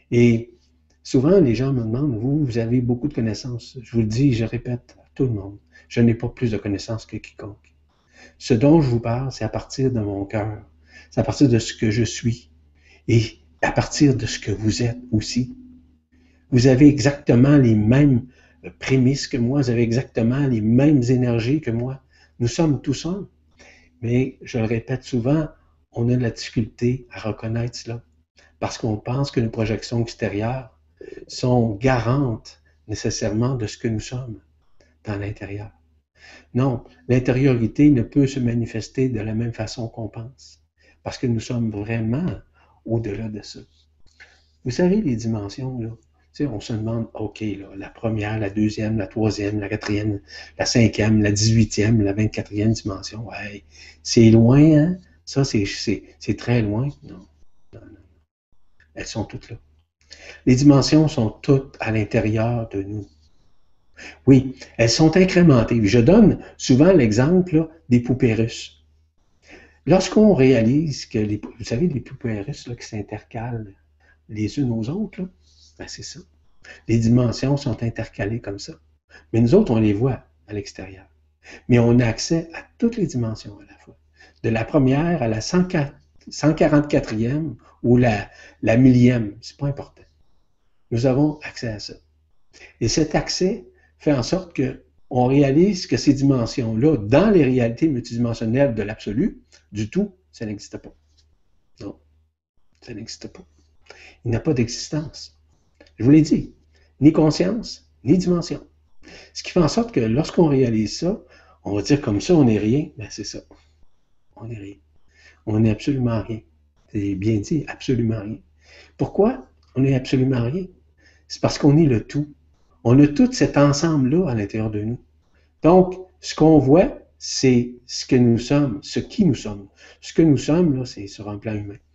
Et souvent, les gens me demandent, vous avez beaucoup de connaissances. Je vous le dis, je répète à tout le monde, je n'ai pas plus de connaissances que quiconque. Ce dont je vous parle, c'est à partir de mon cœur. C'est à partir de ce que je suis. Et à partir de ce que vous êtes aussi. Vous avez exactement les mêmes prémices que moi. Vous avez exactement les mêmes énergies que moi. Nous sommes tous un. Mais, je le répète souvent, on a de la difficulté à reconnaître cela. Parce qu'on pense que nos projections extérieures sont garantes nécessairement de ce que nous sommes dans l'intérieur. Non, l'intériorité ne peut se manifester de la même façon qu'on pense, parce que nous sommes vraiment au-delà de ça. Vous savez, les dimensions, là, on se demande, OK, là, la première, la deuxième, la troisième, la quatrième, la cinquième, la 18e, la 24e dimension, ouais, c'est loin, hein? Ça, c'est très loin. Non, non, non. Elles sont toutes là. Les dimensions sont toutes à l'intérieur de nous. Oui, elles sont incrémentées. Je donne souvent l'exemple là, des poupées russes. Lorsqu'on réalise que, vous savez, les poupées russes là, qui s'intercalent les unes aux autres, là, ben c'est ça. Les dimensions sont intercalées comme ça. Mais nous autres, on les voit à l'extérieur. Mais on a accès à toutes les dimensions à la fois. De la première à la 144e ou la millième, c'est pas important. Nous avons accès à ça. Et cet accès fait en sorte qu'on réalise que ces dimensions-là, dans les réalités multidimensionnelles de l'absolu, du tout, ça n'existe pas. Non, ça n'existe pas. Il n'y a pas d'existence. Je vous l'ai dit, ni conscience, ni dimension. Ce qui fait en sorte que lorsqu'on réalise ça, on va dire comme ça, on n'est rien. Ben c'est ça. On n'est rien. On n'est absolument rien. C'est bien dit, absolument rien. Pourquoi on n'est absolument rien? C'est parce qu'on est le tout. On a tout cet ensemble-là à l'intérieur de nous. Donc, ce qu'on voit, c'est ce que nous sommes, ce qui nous sommes. Ce que nous sommes, là, c'est sur un plan humain.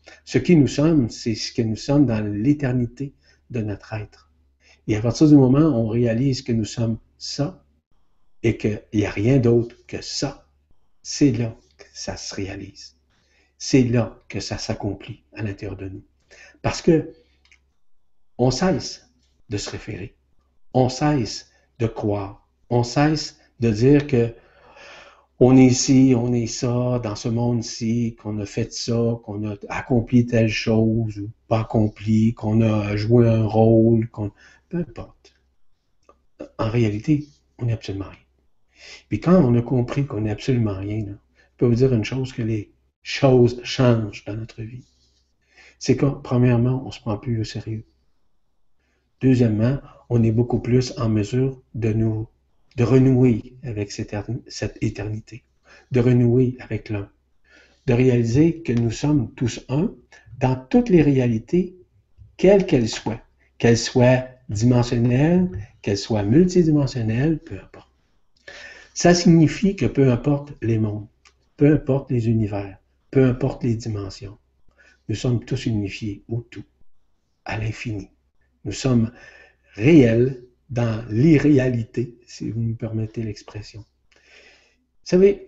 Ce qui nous sommes, c'est ce que nous sommes dans l'éternité de notre être. Et à partir du moment où on réalise que nous sommes ça et qu'il n'y a rien d'autre que ça, c'est là que ça se réalise. C'est là que ça s'accomplit à l'intérieur de nous. Parce que on cesse de se référer, on cesse de croire, on cesse de dire que on est ici, on est ça, dans ce monde-ci, qu'on a fait ça, qu'on a accompli telle chose ou pas accompli, qu'on a joué un rôle, peu importe. En réalité, on n'est absolument rien. Puis quand on a compris qu'on n'est absolument rien, là, je peux vous dire une chose, que les choses changent dans notre vie. C'est que, premièrement, on ne se prend plus au sérieux. Deuxièmement, on est beaucoup plus en mesure de renouer avec cette éternité, de renouer avec l'un, de réaliser que nous sommes tous un dans toutes les réalités, quelles qu'elles soient dimensionnelles, qu'elles soient multidimensionnelles, peu importe. Ça signifie que peu importe les mondes, peu importe les univers, peu importe les dimensions, nous sommes tous unifiés au tout, à l'infini. Nous sommes réels dans l'irréalité, si vous me permettez l'expression. Vous savez,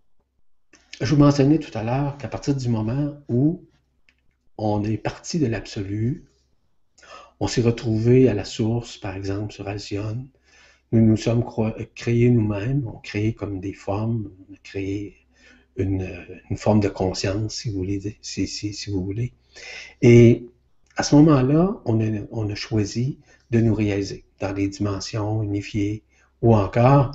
je vous mentionnais tout à l'heure qu'à partir du moment où on est parti de l'absolu, on s'est retrouvé à la source, par exemple, sur Alcyone, nous nous sommes créés nous-mêmes, on a créé comme des formes, on a créé une forme de conscience, si vous voulez, si vous voulez. Et à ce moment-là, on a choisi de nous réaliser dans des dimensions unifiées ou encore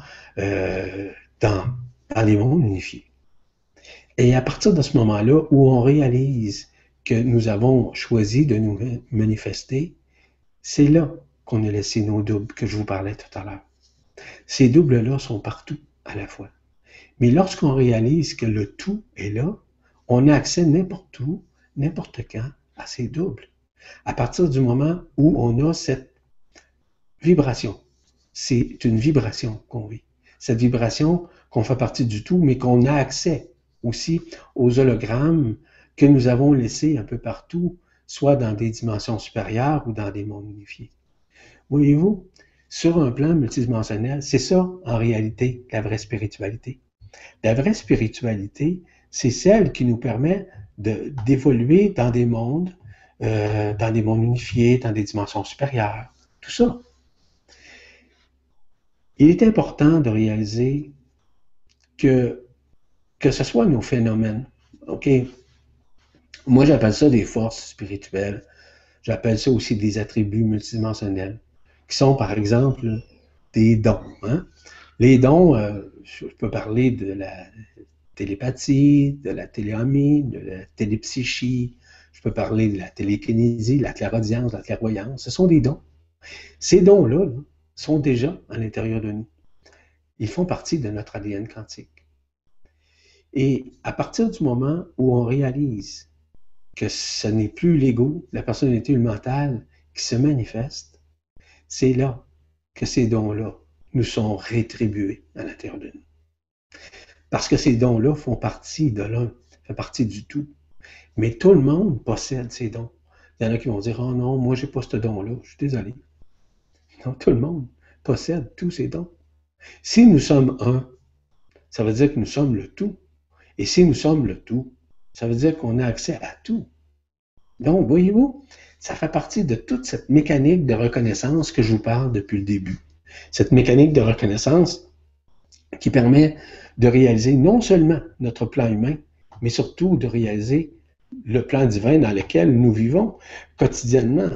dans les mondes unifiés. Et à partir de ce moment-là, où on réalise que nous avons choisi de nous manifester, c'est là qu'on a laissé nos doubles que je vous parlais tout à l'heure. Ces doubles-là sont partout à la fois. Mais lorsqu'on réalise que le tout est là, on a accès n'importe où, n'importe quand, à ces doubles. À partir du moment où on a cette vibration, c'est une vibration qu'on vit. Cette vibration qu'on fait partie du tout, mais qu'on a accès aussi aux hologrammes que nous avons laissés un peu partout, soit dans des dimensions supérieures ou dans des mondes unifiés. Voyez-vous, sur un plan multidimensionnel, c'est ça, en réalité, la vraie spiritualité. La vraie spiritualité, c'est celle qui nous permet d'évoluer dans des mondes unifiés, dans des dimensions supérieures, tout ça. Il est important de réaliser que ce soit nos phénomènes, OK? Moi, j'appelle ça des forces spirituelles. J'appelle ça aussi des attributs multidimensionnels, qui sont, par exemple, des dons. Hein? Les dons, je peux parler de la télépathie, de la téléomie, de la télépsychie, je peux parler de la télékinésie, de la clairaudience, de la clairvoyance. Ce sont des dons. Ces dons-là sont déjà à l'intérieur de nous. Ils font partie de notre ADN quantique. Et à partir du moment où on réalise que ce n'est plus l'ego, la personnalité ou le mental qui se manifeste, c'est là que ces dons-là nous sont rétribués à l'intérieur de nous. Parce que ces dons-là font partie de l'un, font partie du tout. Mais tout le monde possède ces dons. Il y en a qui vont dire « Oh non, moi j'ai pas ce don-là, je suis désolé. » Non, tout le monde possède tous ces dons. Si nous sommes un, ça veut dire que nous sommes le tout. Et si nous sommes le tout, ça veut dire qu'on a accès à tout. Donc, voyez-vous, ça fait partie de toute cette mécanique de reconnaissance que je vous parle depuis le début. Cette mécanique de reconnaissance qui permet de réaliser non seulement notre plan humain, mais surtout de réaliser le plan divin dans lequel nous vivons quotidiennement.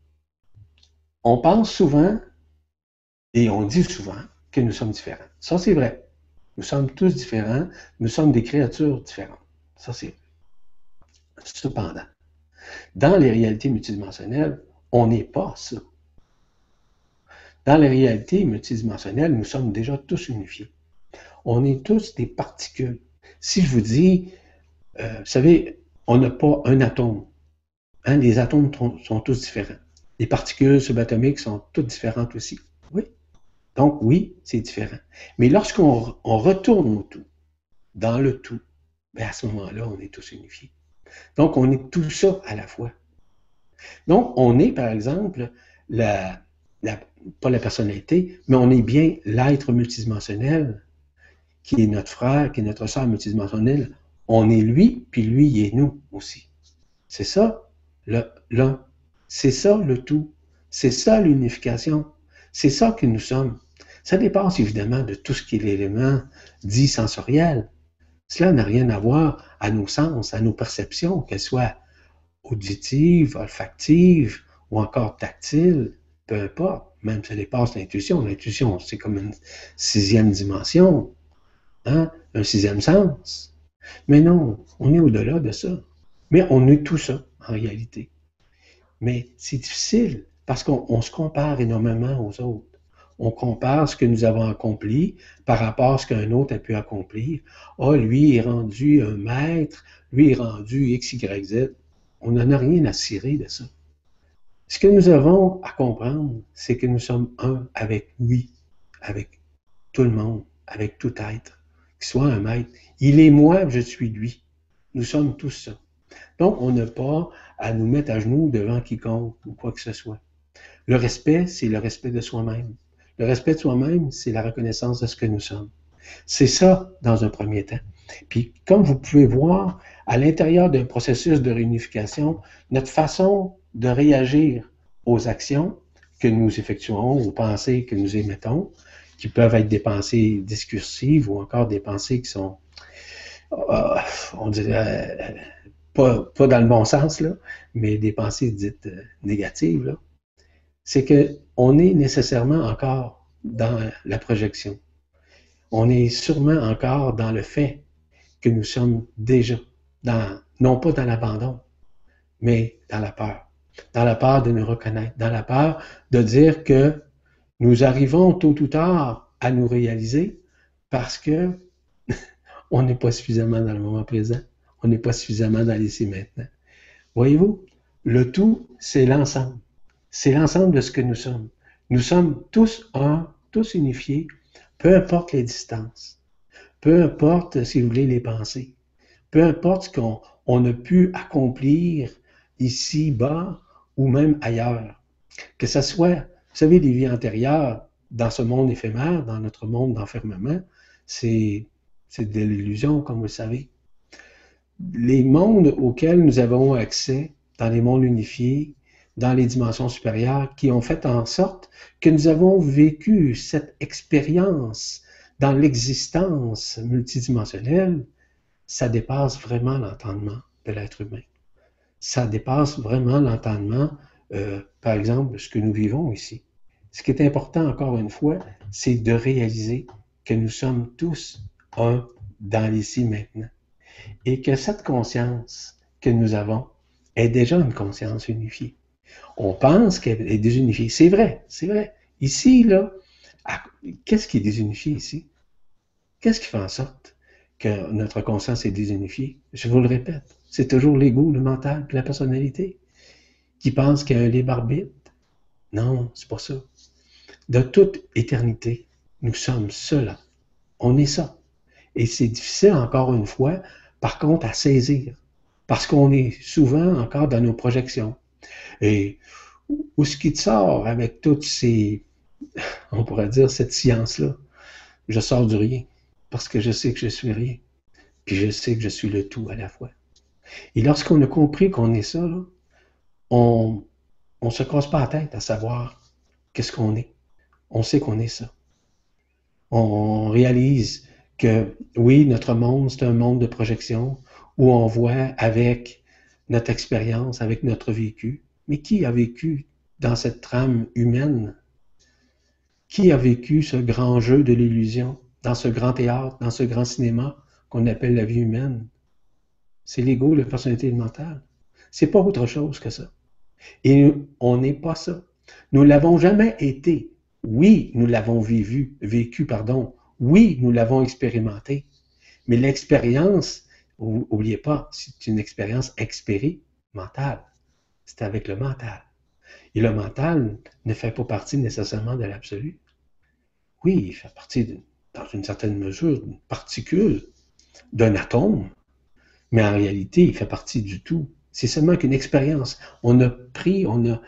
On pense souvent et on dit souvent que nous sommes différents. Ça, c'est vrai. Nous sommes tous différents. Nous sommes des créatures différentes. Ça, c'est vrai. Cependant, dans les réalités multidimensionnelles, on n'est pas ça. Dans les réalités multidimensionnelles, nous sommes déjà tous unifiés. On est tous des particules. Si je vous dis, vous savez, on n'a pas un atome. Hein, les atomes sont tous différents. Les particules subatomiques sont toutes différentes aussi. Oui. Donc, oui, c'est différent. Mais lorsqu'on retourne au tout, dans le tout, bien à ce moment-là, on est tous unifiés. Donc, on est tout ça à la fois. Donc, on est, par exemple, pas la personnalité, mais on est bien l'être multidimensionnel qui est notre frère, qui est notre sœur multidimensionnelle. On est lui, puis lui, il est nous aussi. C'est ça, l'un. C'est ça, le tout. C'est ça, l'unification. C'est ça que nous sommes. Ça dépasse évidemment de tout ce qui est l'élément dit sensoriel. Cela n'a rien à voir à nos sens, à nos perceptions, qu'elles soient auditives, olfactives ou encore tactiles, peu importe. Même ça dépasse l'intuition. L'intuition, c'est comme une sixième dimension, hein? Un sixième sens. Mais non, on est au-delà de ça. Mais on est tout ça, en réalité. Mais c'est difficile parce qu'on se compare énormément aux autres. On compare ce que nous avons accompli par rapport à ce qu'un autre a pu accomplir. Ah, lui est rendu un maître, lui est rendu X, Y, Z. On n'en a rien à cirer de ça. Ce que nous avons à comprendre, c'est que nous sommes un avec lui, avec tout le monde, avec tout être, qu'il soit un maître. Il est moi, je suis lui. Nous sommes tous ça. Donc, on n'a pas à nous mettre à genoux devant quiconque ou quoi que ce soit. Le respect, c'est le respect de soi-même. Le respect de soi-même, c'est la reconnaissance de ce que nous sommes. C'est ça, dans un premier temps. Puis, comme vous pouvez voir, à l'intérieur d'un processus de réunification, notre façon de réagir aux actions que nous effectuons, aux pensées que nous émettons, qui peuvent être des pensées discursives ou encore des pensées qui sont, on dirait, pas dans le bon sens, là, mais des pensées dites négatives, là, c'est qu'on est nécessairement encore dans la projection. On est sûrement encore dans le fait que nous sommes déjà non pas dans l'abandon, mais dans la peur. Dans la peur de nous reconnaître, dans la peur de dire que nous arrivons tôt ou tard à nous réaliser parce que on n'est pas suffisamment dans le moment présent, on n'est pas suffisamment dans l'ici maintenant. Voyez-vous, le tout, c'est l'ensemble. C'est l'ensemble de ce que nous sommes. Nous sommes tous un, tous unifiés, peu importe les distances, peu importe, si vous voulez, les pensées, peu importe ce qu'on a pu accomplir ici-bas ou même ailleurs. Que ce soit, vous savez, les vies antérieures dans ce monde éphémère, dans notre monde d'enfermement, c'est de l'illusion, comme vous le savez. Les mondes auxquels nous avons accès, dans les mondes unifiés, dans les dimensions supérieures, qui ont fait en sorte que nous avons vécu cette expérience dans l'existence multidimensionnelle, ça dépasse vraiment l'entendement de l'être humain. Ça dépasse vraiment l'entendement, par exemple, de ce que nous vivons ici. Ce qui est important, encore une fois, c'est de réaliser que nous sommes tous un dans l'ici maintenant. Et que cette conscience que nous avons est déjà une conscience unifiée. On pense qu'elle est désunifiée. C'est vrai, c'est vrai. Ici, là, qu'est-ce qui est désunifié ici? Qu'est-ce qui fait en sorte que notre conscience est désunifiée? Je vous le répète, c'est toujours l'ego, le mental, la personnalité qui pense qu'il y a un libre arbitre. Non, c'est pas ça. De toute éternité, nous sommes cela. On est ça. Et c'est difficile, encore une fois, par contre, à saisir. Parce qu'on est souvent encore dans nos projections. Et où ce qui te sort avec toutes ces, on pourrait dire, cette science-là? Je sors du rien. Parce que je sais que je suis rien. Puis je sais que je suis le tout à la fois. Et lorsqu'on a compris qu'on est ça, là, on ne se casse pas la tête à savoir qu'est-ce qu'on est. On sait qu'on est ça. On réalise que oui, notre monde, c'est un monde de projection où on voit avec notre expérience, avec notre vécu. Mais qui a vécu dans cette trame humaine? Qui a vécu ce grand jeu de l'illusion, dans ce grand théâtre, dans ce grand cinéma qu'on appelle la vie humaine? C'est l'ego, la personnalité mentale. C'est pas autre chose que ça. Et on n'est pas ça. Nous ne l'avons jamais été. Oui, nous l'avons vécu. Oui, nous l'avons expérimenté. Mais l'expérience, n'oubliez pas, c'est une expérience expérimentale. C'est avec le mental. Et le mental ne fait pas partie nécessairement de l'absolu. Oui, il fait partie, dans une certaine mesure, d'une particule, d'un atome. Mais en réalité, il fait partie du tout. C'est seulement qu'une expérience. On a pris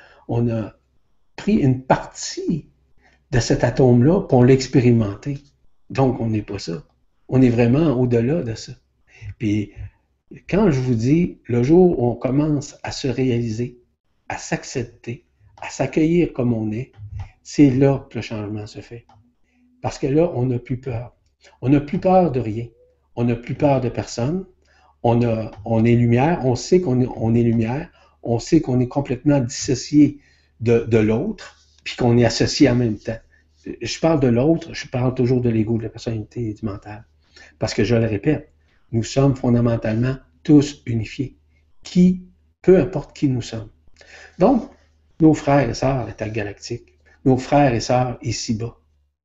une partie de cet atome-là pour l'expérimenter. Donc, on n'est pas ça. On est vraiment au-delà de ça. Puis, quand je vous dis, le jour où on commence à se réaliser, à s'accepter, à s'accueillir comme on est, c'est là que le changement se fait. Parce que là, on n'a plus peur. On n'a plus peur de rien. On n'a plus peur de personne. On est lumière. On sait qu'on est lumière. On sait qu'on est complètement dissocié de l'autre, puis qu'on est associé en même temps. Je parle de l'autre, je parle toujours de l'ego, de la personnalité et du mental. Parce que je le répète, nous sommes fondamentalement tous unifiés. Peu importe qui nous sommes. Donc, nos frères et sœurs intergalactiques, nos frères et sœurs ici-bas,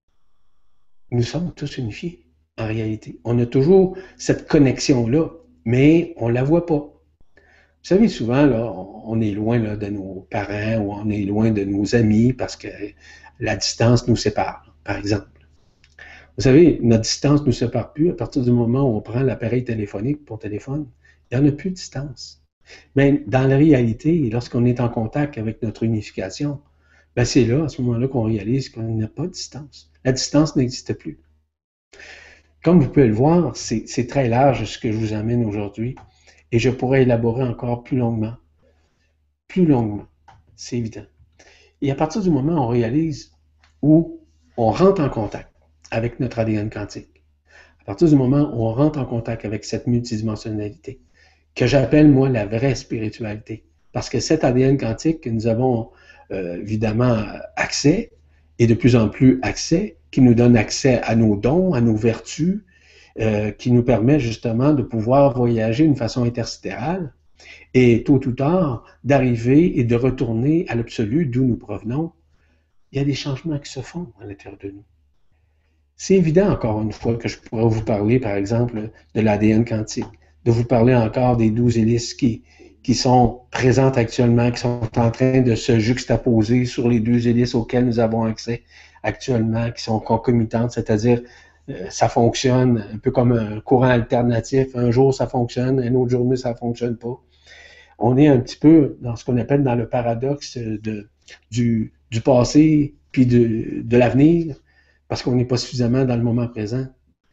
nous sommes tous unifiés, en réalité. On a toujours cette connexion-là, mais on ne la voit pas. Vous savez, souvent, là, on est loin là, de nos parents ou on est loin de nos amis parce que la distance nous sépare, par exemple. Vous savez, notre distance ne nous sépare plus à partir du moment où on prend l'appareil téléphonique pour téléphone. Il n'y en a plus de distance. Mais dans la réalité, lorsqu'on est en contact avec notre unification, ben c'est là, à ce moment-là, qu'on réalise qu'on n'a pas de distance. La distance n'existe plus. Comme vous pouvez le voir, c'est très large ce que je vous amène aujourd'hui et je pourrais élaborer encore plus longuement. Plus longuement, c'est évident. Et à partir du moment où on réalise où on rentre en contact avec notre ADN quantique, à partir du moment où on rentre en contact avec cette multidimensionnalité, que j'appelle, moi, la vraie spiritualité, parce que cet ADN quantique que nous avons évidemment accès, et de plus en plus accès, qui nous donne accès à nos dons, à nos vertus, qui nous permet justement de pouvoir voyager d'une façon intersidérale, et tôt ou tard, d'arriver et de retourner à l'absolu d'où nous provenons. Il y a des changements qui se font à l'intérieur de nous. C'est évident, encore une fois, que je pourrais vous parler, par exemple, de l'ADN quantique, de vous parler encore des 12 hélices qui sont présentes actuellement, qui sont en train de se juxtaposer sur les 12 hélices auxquelles nous avons accès actuellement, qui sont concomitantes, c'est-à-dire ça fonctionne un peu comme un courant alternatif. Un jour, ça fonctionne, une autre journée, ça ne fonctionne pas. On est un petit peu dans ce qu'on appelle dans le paradoxe du passé puis de l'avenir, parce qu'on n'est pas suffisamment dans le moment présent.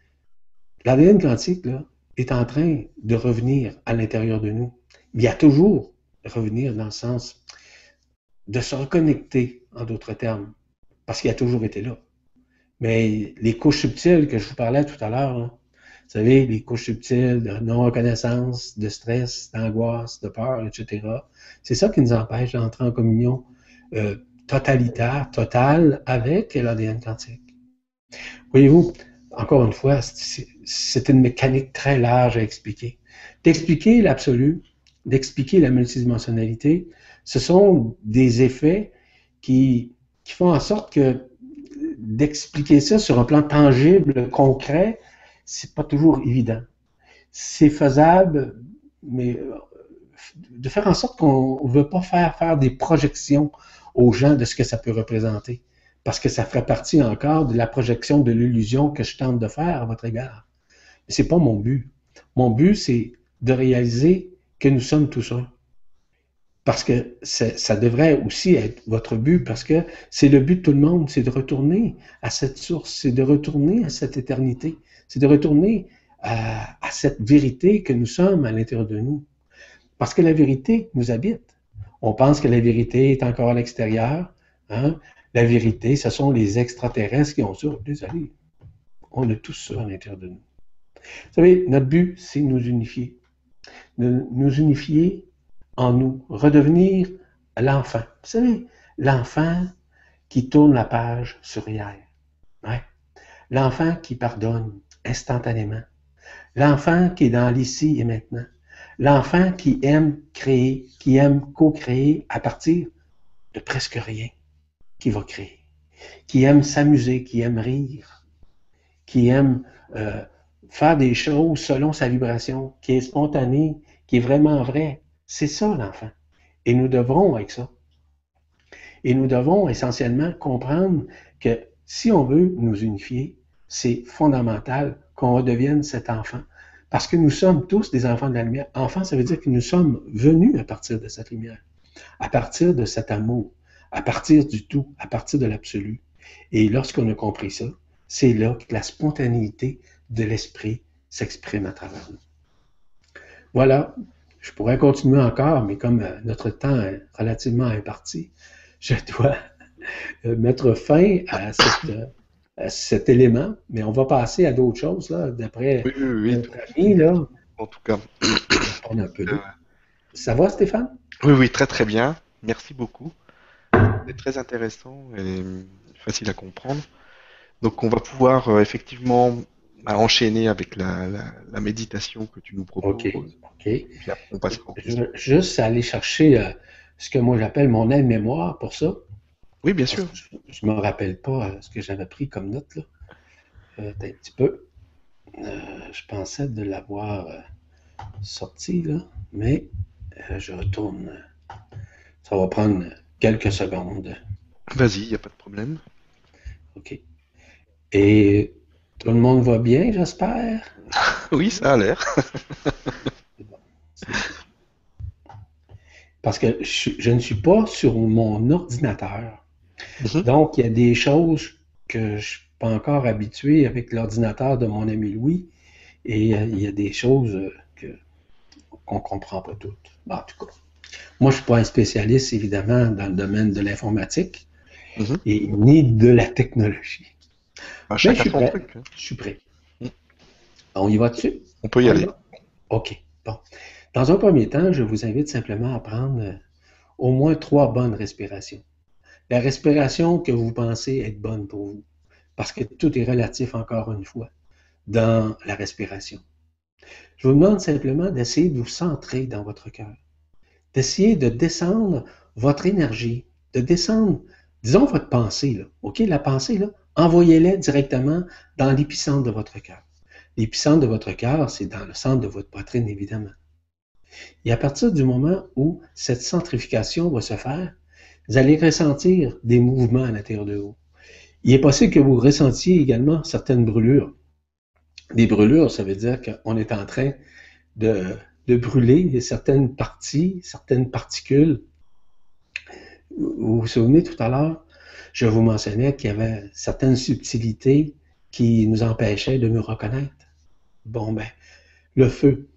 L'ADN quantique là, est en train de revenir à l'intérieur de nous. Il y a toujours revenir dans le sens de se reconnecter, en d'autres termes, parce qu'il a toujours été là. Mais les couches subtiles que je vous parlais tout à l'heure, vous savez, les couches subtiles de non-reconnaissance, de stress, d'angoisse, de peur, etc., c'est ça qui nous empêche d'entrer en communion totalitaire, totale, avec l'ADN quantique. Voyez-vous, encore une fois, c'est une mécanique très large à expliquer. D'expliquer l'absolu, d'expliquer la multidimensionnalité, ce sont des effets qui font en sorte que d'expliquer ça sur un plan tangible, concret, c'est pas toujours évident. C'est faisable, mais de faire en sorte qu'on ne veut pas faire des projections aux gens de ce que ça peut représenter. Parce que ça ferait partie encore de la projection de l'illusion que je tente de faire à votre égard. Mais c'est pas mon but. Mon but, c'est de réaliser que nous sommes tous un. Parce que ça devrait aussi être votre but, parce que c'est le but de tout le monde, c'est de retourner à cette source, c'est de retourner à cette éternité, c'est de retourner à cette vérité que nous sommes à l'intérieur de nous. Parce que la vérité nous habite. On pense que la vérité est encore à l'extérieur. Hein? La vérité, ce sont les extraterrestres qui ont ça. Désolé, on a tous ça à l'intérieur de nous. Vous savez, notre but, c'est nous unifier. Nous unifier en nous, redevenir l'enfant. Vous savez, l'enfant qui tourne la page sur hier. Ouais. L'enfant qui pardonne instantanément. L'enfant qui est dans l'ici et maintenant. L'enfant qui aime créer, qui aime co-créer à partir de presque rien, qui va créer. Qui aime s'amuser, qui aime rire, qui aime faire des choses selon sa vibration, qui est spontané, qui est vraiment vrai. C'est ça, l'enfant. Et nous devrons avec ça. Et nous devons essentiellement comprendre que si on veut nous unifier, c'est fondamental qu'on redevienne cet enfant. Parce que nous sommes tous des enfants de la lumière. Enfants, ça veut dire que nous sommes venus à partir de cette lumière, à partir de cet amour, à partir du tout, à partir de l'absolu. Et lorsqu'on a compris ça, c'est là que la spontanéité de l'esprit s'exprime à travers nous. Voilà, je pourrais continuer encore, mais comme notre temps est relativement imparti, je dois mettre fin à cet élément, mais on va passer à d'autres choses, là, d'après Oui, oui, oui, notre ami, là. en tout cas. On va prendre un peu Euh, d'eau. Ça va, Stéphane? oui, oui, très très bien. Merci beaucoup. C'est très intéressant et facile à comprendre. Donc on va pouvoir effectivement enchaîner avec la méditation que tu nous OK, proposes. OK. Et puis après, on passera aux Je vais questions. juste aller chercher ce que moi j'appelle mon aide-mémoire pour ça, Oui, bien parce sûr. que je ne me rappelle pas ce que j'avais pris comme note, là. Attends un petit peu. Je pensais de l'avoir sorti, là, mais je retourne. Ça va prendre quelques secondes. Vas-y, il n'y a pas de problème. OK. Et tout le monde va bien, j'espère? Oui, ça a l'air. C'est bon. Parce que je ne suis pas sur mon ordinateur. Mhm. Donc, il y a des choses que je ne suis pas encore habitué avec l'ordinateur de mon ami Louis. Et il y a des choses qu'on ne comprend pas toutes. Bon, en tout cas, moi, je ne suis pas un spécialiste, évidemment, dans le domaine de l'informatique Mhm. et ni de la technologie. Bah, Mais je chacun suis son prêt. truc, hein. Je suis prêt. Mm. On y va dessus? On peut y On y aller. va? OK. Bon. Dans un premier temps, je vous invite simplement à prendre au moins 3 bonnes respirations. La respiration que vous pensez être bonne pour vous, parce que tout est relatif encore une fois dans la respiration. Je vous demande simplement d'essayer de vous centrer dans votre cœur, d'essayer de descendre votre énergie, de descendre, disons, votre pensée, là. OK, la pensée, là, envoyez-la directement dans l'épicentre de votre cœur. L'épicentre de votre cœur, c'est dans le centre de votre poitrine, évidemment. Et à partir du moment où cette centrification va se faire, vous allez ressentir des mouvements à l'intérieur de vous. Il est possible que vous ressentiez également certaines brûlures. Des brûlures, ça veut dire qu'on est en train de, de brûler certaines parties, certaines particules. Vous vous souvenez tout à l'heure, je vous mentionnais qu'il y avait certaines subtilités qui nous empêchaient de nous reconnaître. Bon, ben, le feu,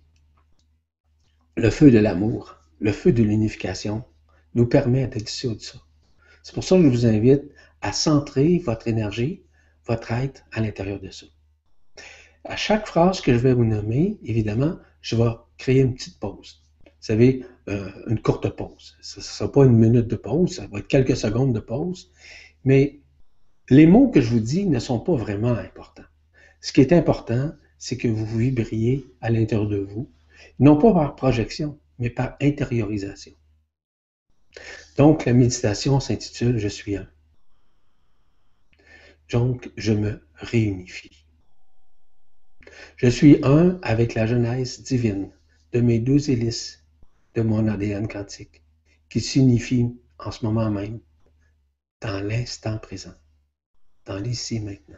le feu de l'amour, le feu de l'unification nous permet d'être sûr de ça. C'est pour ça que je vous invite à centrer votre énergie, votre être à l'intérieur de ça. À chaque phrase que je vais vous nommer, évidemment, je vais créer une petite pause. Vous savez, une courte pause. Ça ne sera pas une minute de pause, ça va être quelques secondes de pause. Mais les mots que je vous dis ne sont pas vraiment importants. Ce qui est important, c'est que vous vibriez à l'intérieur de vous, non pas par projection, mais par intériorisation. Donc, la méditation s'intitule Je suis un. Donc, je me réunifie. Je suis un avec la genèse divine de mes 12 hélices de mon ADN quantique qui s'unifient en ce moment même, dans l'instant présent, dans l'ici maintenant.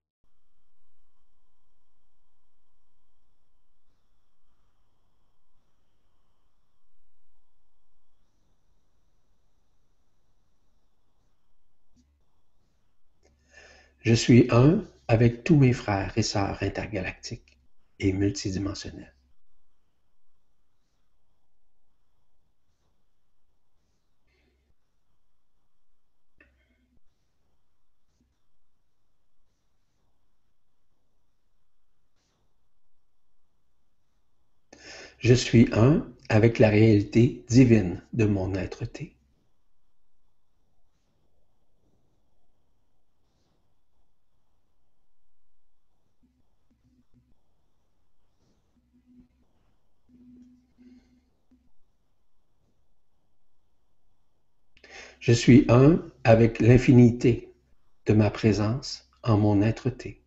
Je suis un avec tous mes frères et sœurs intergalactiques et multidimensionnels. Je suis un avec la réalité divine de mon être-té. Je suis un avec l'infinité de ma présence en mon être-té.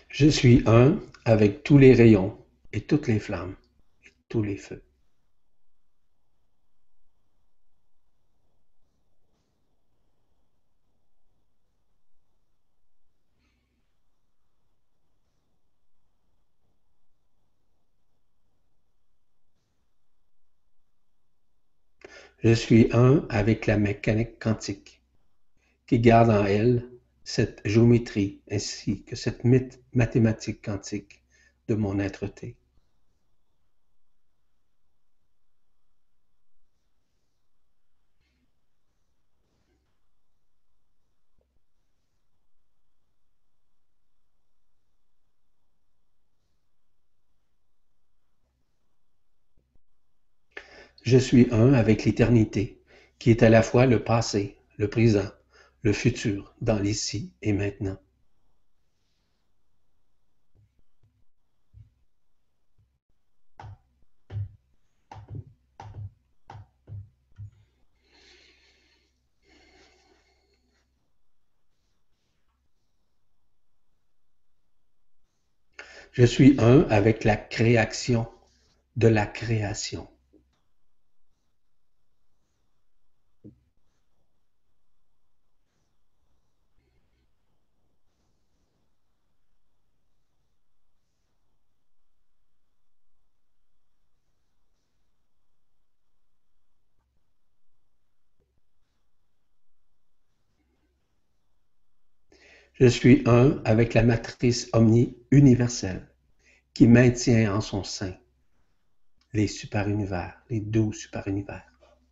Je suis un avec tous les rayons et toutes les flammes et tous les feux. Je suis un avec la mécanique quantique, qui garde en elle cette géométrie ainsi que cette mathématique quantique de mon être-té. Je suis un avec l'éternité, qui est à la fois le passé, le présent, le futur, dans l'ici et maintenant. Je suis un avec la création de la création. Je suis un avec la matrice omni-universelle, qui maintient en son sein les super-univers, les 12 super-univers.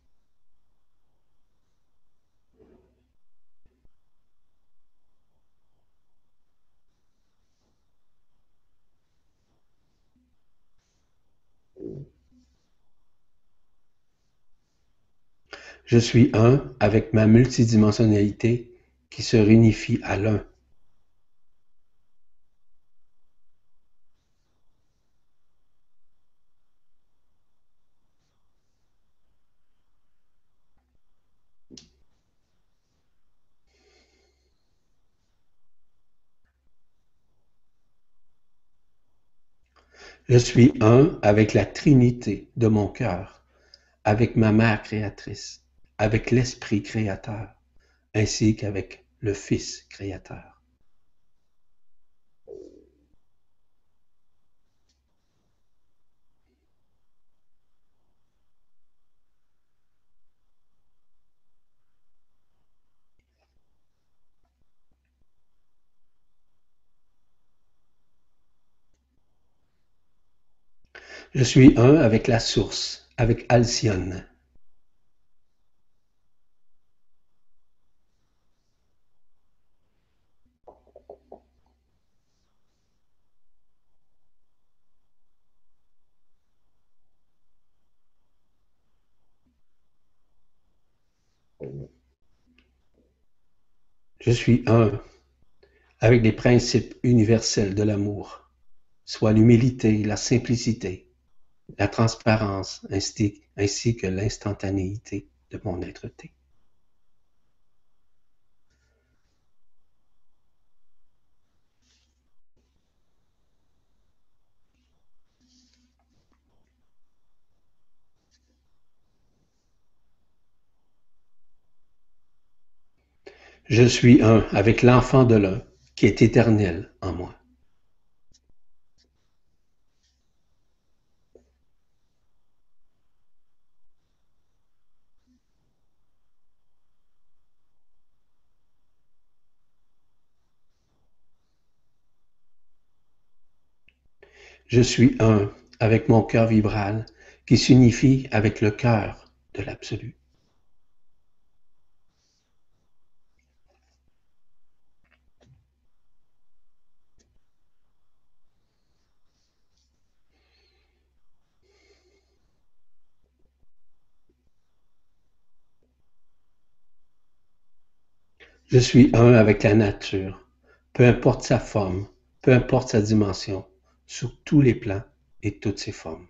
Je suis un avec ma multidimensionnalité qui se réunifie à l'un. Je suis un avec la trinité de mon cœur, avec ma mère créatrice, avec l'esprit créateur, ainsi qu'avec le Fils créateur. Je suis un avec la source, avec Alcyone. Je suis un avec les principes universels de l'amour, soit l'humilité, la simplicité, la transparence, ainsi que l'instantanéité de mon être-té. Je suis un avec l'enfant de l'un, qui est éternel en moi. Je suis un avec mon cœur vibral, qui s'unifie avec le cœur de l'absolu. Je suis un avec la nature, peu importe sa forme, peu importe sa dimension, sur tous les plans et toutes ses formes.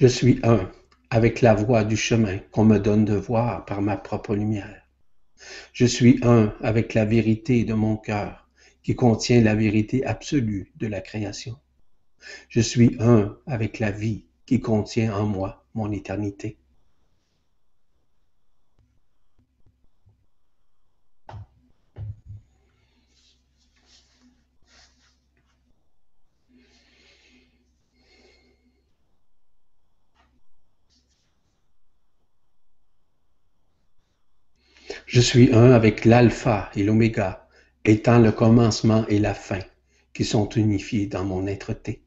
Je suis un avec la voie du chemin qu'on me donne de voir par ma propre lumière. Je suis un avec la vérité de mon cœur qui contient la vérité absolue de la création. Je suis un avec la vie qui contient en moi mon éternité. Je suis un avec l'alpha et l'oméga, étant le commencement et la fin, qui sont unifiés dans mon être-té.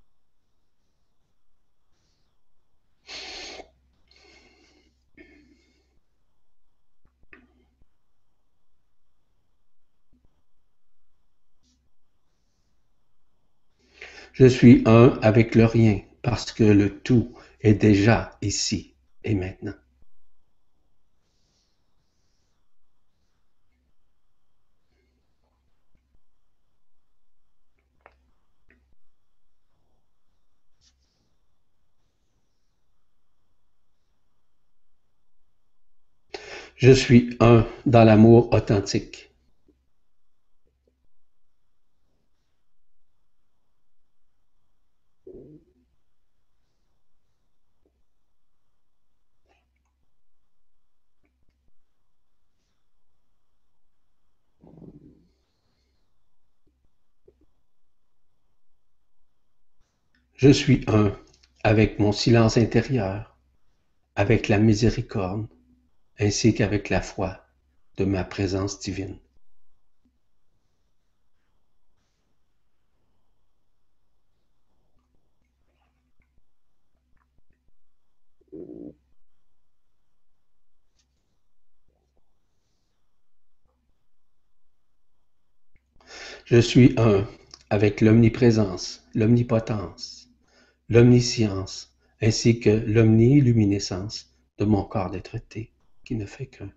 Je suis un avec le rien, parce que le tout est déjà ici et maintenant. Je suis un dans l'amour authentique. Je suis un avec mon silence intérieur, avec la miséricorde, ainsi qu'avec la foi de ma présence divine. Je suis un avec l'omniprésence, l'omnipotence, l'omniscience, ainsi que l'omniluminescence de mon corps d'être-té, qui ne fait qu'un.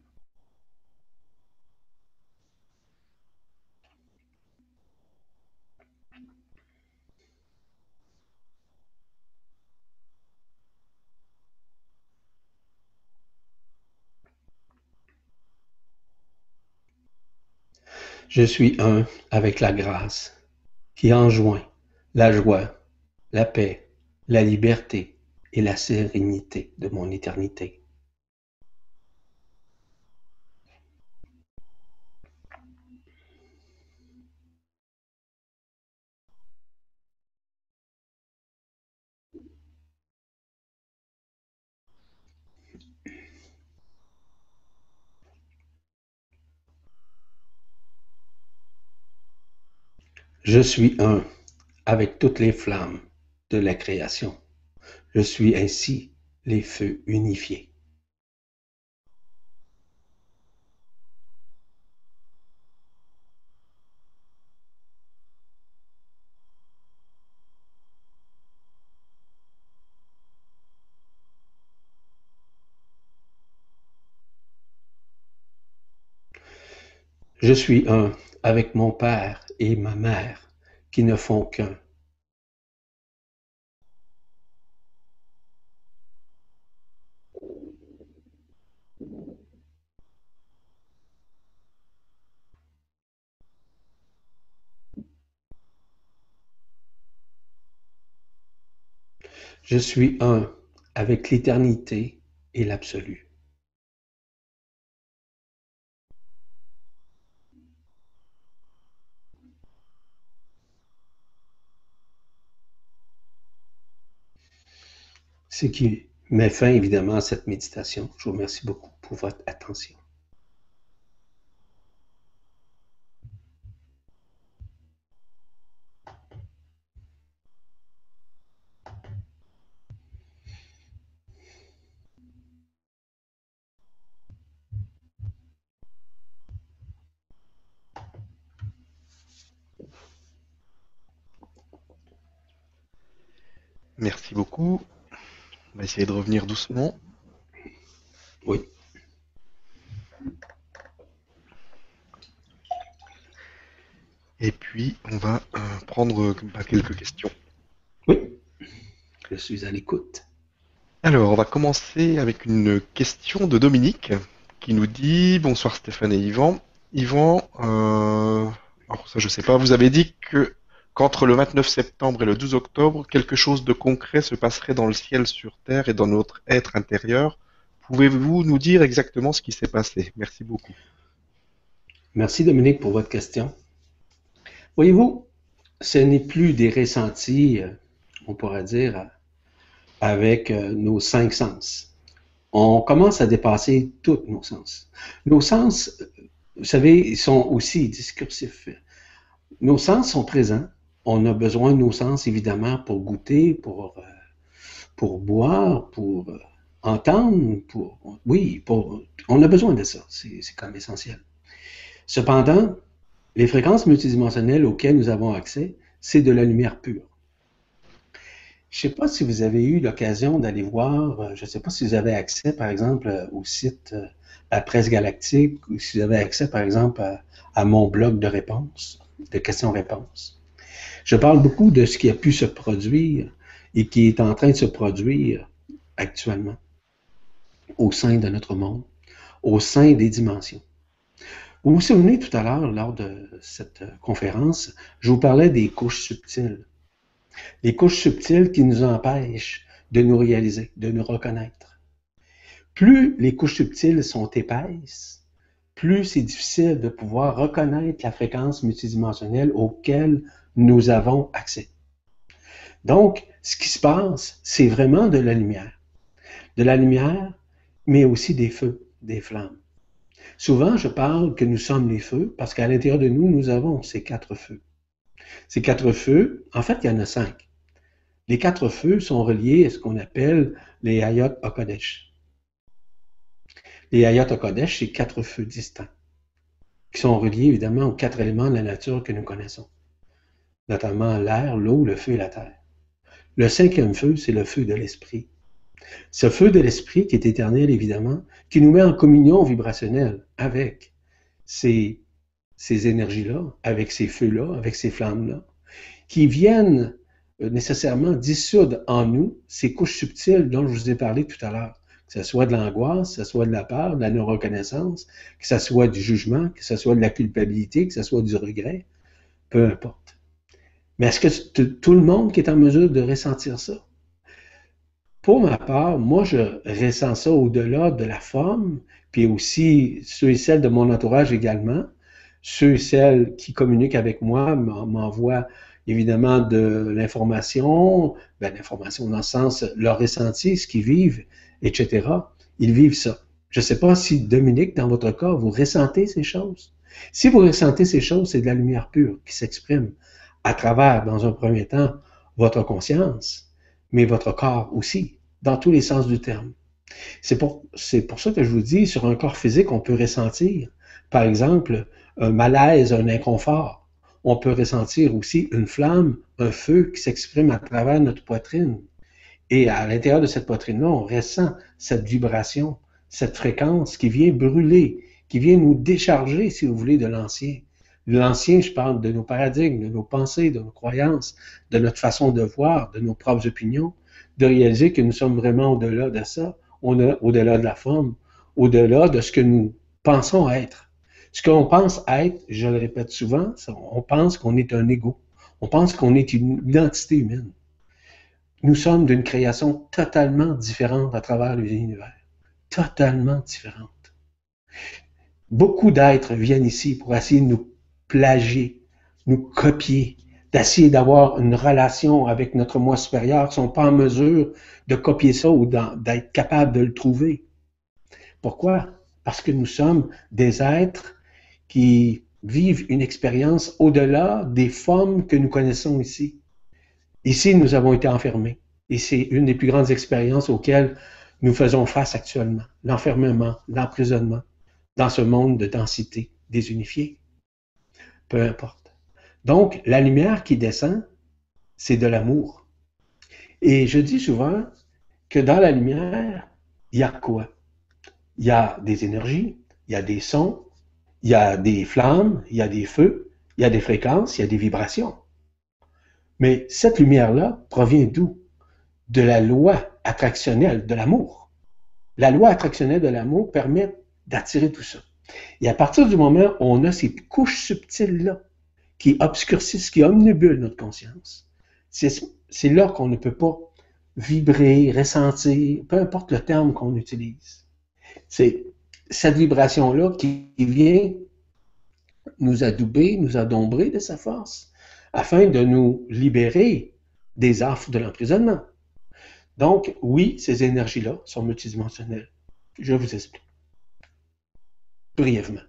Je suis un avec la grâce, qui enjoint la joie, la paix, la liberté et la sérénité de mon éternité. Je suis un avec toutes les flammes de la création. Je suis ainsi les feux unifiés. Je suis un avec mon père et ma mère qui ne font qu'un. Je suis un avec l'éternité et l'absolu. Ce qui met fin évidemment à cette méditation. Je vous remercie beaucoup pour votre attention. Merci beaucoup. On va essayer de revenir doucement. Oui. Et puis, on va prendre quelques questions. Oui. Je suis à l'écoute. Alors, on va commencer avec une question de Dominique qui nous dit bonsoir Stéphane et Yvan. Yvan, alors ça je sais pas, vous avez dit que qu'entre le 29 septembre et le 12 octobre, quelque chose de concret se passerait dans le ciel sur Terre et dans notre être intérieur. Pouvez-vous nous dire exactement ce qui s'est passé? Merci beaucoup. Merci Dominique pour votre question. Voyez-vous, ce n'est plus des ressentis, on pourrait dire, avec nos cinq sens. On commence à dépasser tous nos sens. Nos sens, vous savez, ils sont aussi discursifs. Nos sens sont présents. On a besoin de nos sens, évidemment, pour goûter, pour boire, pour entendre, on a besoin de ça. C'est comme essentiel. Cependant, les fréquences multidimensionnelles auxquelles nous avons accès, c'est de la lumière pure. Je ne sais pas si vous avez eu l'occasion d'aller voir, je ne sais pas si vous avez accès, par exemple, au site La Presse Galactique, ou si vous avez accès, par exemple, à mon blog de réponses, de questions-réponses. Je parle beaucoup de ce qui a pu se produire et qui est en train de se produire actuellement au sein de notre monde, au sein des dimensions. Vous vous souvenez tout à l'heure, lors de cette conférence, je vous parlais des couches subtiles. Les couches subtiles qui nous empêchent de nous réaliser, de nous reconnaître. Plus les couches subtiles sont épaisses, plus c'est difficile de pouvoir reconnaître la fréquence multidimensionnelle auquel nous avons accès. Donc, ce qui se passe, c'est vraiment de la lumière. De la lumière, mais aussi des feux, des flammes. Souvent, je parle que nous sommes les feux parce qu'à l'intérieur de nous, nous avons ces quatre feux. Ces quatre feux, en fait, il y en a cinq. Les quatre feux sont reliés à ce qu'on appelle les Hayat HaKodesh. Les Hayat HaKodesh, c'est quatre feux distincts, qui sont reliés évidemment aux quatre éléments de la nature que nous connaissons, notamment l'air, l'eau, le feu et la terre. Le cinquième feu, c'est le feu de l'esprit. Ce feu de l'esprit qui est éternel, évidemment, qui nous met en communion vibrationnelle avec ces énergies-là, avec ces feux-là, avec ces flammes-là, qui viennent nécessairement dissoudre en nous ces couches subtiles dont je vous ai parlé tout à l'heure. Que ce soit de l'angoisse, que ce soit de la peur, de la non-reconnaissance, que ce soit du jugement, que ce soit de la culpabilité, que ce soit du regret, peu importe. Mais est-ce que tout le monde qui est en mesure de ressentir ça? Pour ma part, moi, je ressens ça au-delà de la forme, puis aussi ceux et celles de mon entourage également. Ceux et celles qui communiquent avec moi m'envoient évidemment de l'information, l'information dans le sens, leur ressenti, ce qu'ils vivent, etc. Ils vivent ça. Je ne sais pas si, Dominique, dans votre cas, vous ressentez ces choses. Si vous ressentez ces choses, c'est de la lumière pure qui s'exprime à travers, dans un premier temps, votre conscience, mais votre corps aussi, dans tous les sens du terme. C'est pour ça que je vous dis, sur un corps physique, on peut ressentir, par exemple, un malaise, un inconfort. On peut ressentir aussi une flamme, un feu qui s'exprime à travers notre poitrine. Et à l'intérieur de cette poitrine-là, on ressent cette vibration, cette fréquence qui vient brûler, qui vient nous décharger, si vous voulez, de l'ancien. L'ancien, je parle de nos paradigmes, de nos pensées, de nos croyances, de notre façon de voir, de nos propres opinions, de réaliser que nous sommes vraiment au-delà de ça, au-delà de la forme, au-delà de ce que nous pensons être. Ce qu'on pense être, je le répète souvent, on pense qu'on est un ego. On pense qu'on est une identité humaine. Nous sommes d'une création totalement différente à travers l'univers. Totalement différente. Beaucoup d'êtres viennent ici pour essayer de nous plagier, nous copier, d'essayer d'avoir une relation avec notre moi supérieur, ne sont pas en mesure de copier ça ou d'être capable de le trouver. Pourquoi? Parce que nous sommes des êtres qui vivent une expérience au-delà des formes que nous connaissons ici. Ici, nous avons été enfermés. Et c'est une des plus grandes expériences auxquelles nous faisons face actuellement. L'enfermement, l'emprisonnement dans ce monde de densité désunifiée. Peu importe. Donc, la lumière qui descend, c'est de l'amour. Et je dis souvent que dans la lumière, il y a quoi? Il y a des énergies, il y a des sons, il y a des flammes, il y a des feux, il y a des fréquences, il y a des vibrations. Mais cette lumière-là provient d'où? De la loi attractionnelle de l'amour. La loi attractionnelle de l'amour permet d'attirer tout ça. Et à partir du moment où on a ces couches subtiles-là qui obscurcissent, qui omnibulent notre conscience, c'est là qu'on ne peut pas vibrer, ressentir, peu importe le terme qu'on utilise. C'est cette vibration-là qui vient nous adouber, nous adombrer de sa force, afin de nous libérer des affres de l'emprisonnement. Donc, oui, ces énergies-là sont multidimensionnelles. Je vous explique brièvement.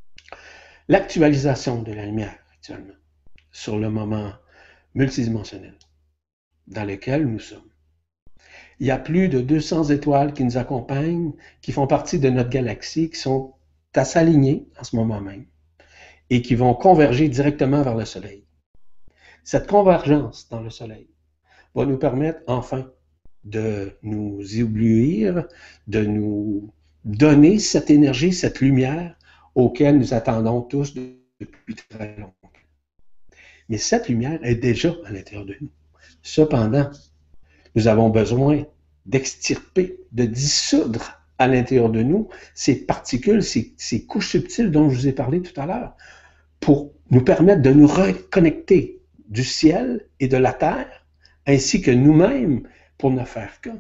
L'actualisation de la lumière actuellement sur le moment multidimensionnel dans lequel nous sommes. Il y a plus de 200 étoiles qui nous accompagnent, qui font partie de notre galaxie, qui sont à s'aligner en ce moment même et qui vont converger directement vers le Soleil. Cette convergence dans le Soleil va nous permettre enfin de nous éblouir, de nous donner cette énergie, cette lumière auquel nous attendons tous depuis très longtemps. Mais cette lumière est déjà à l'intérieur de nous. Cependant, nous avons besoin d'extirper, de dissoudre à l'intérieur de nous ces particules, ces couches subtiles dont je vous ai parlé tout à l'heure, pour nous permettre de nous reconnecter du ciel et de la terre, ainsi que nous-mêmes, pour ne faire qu'un.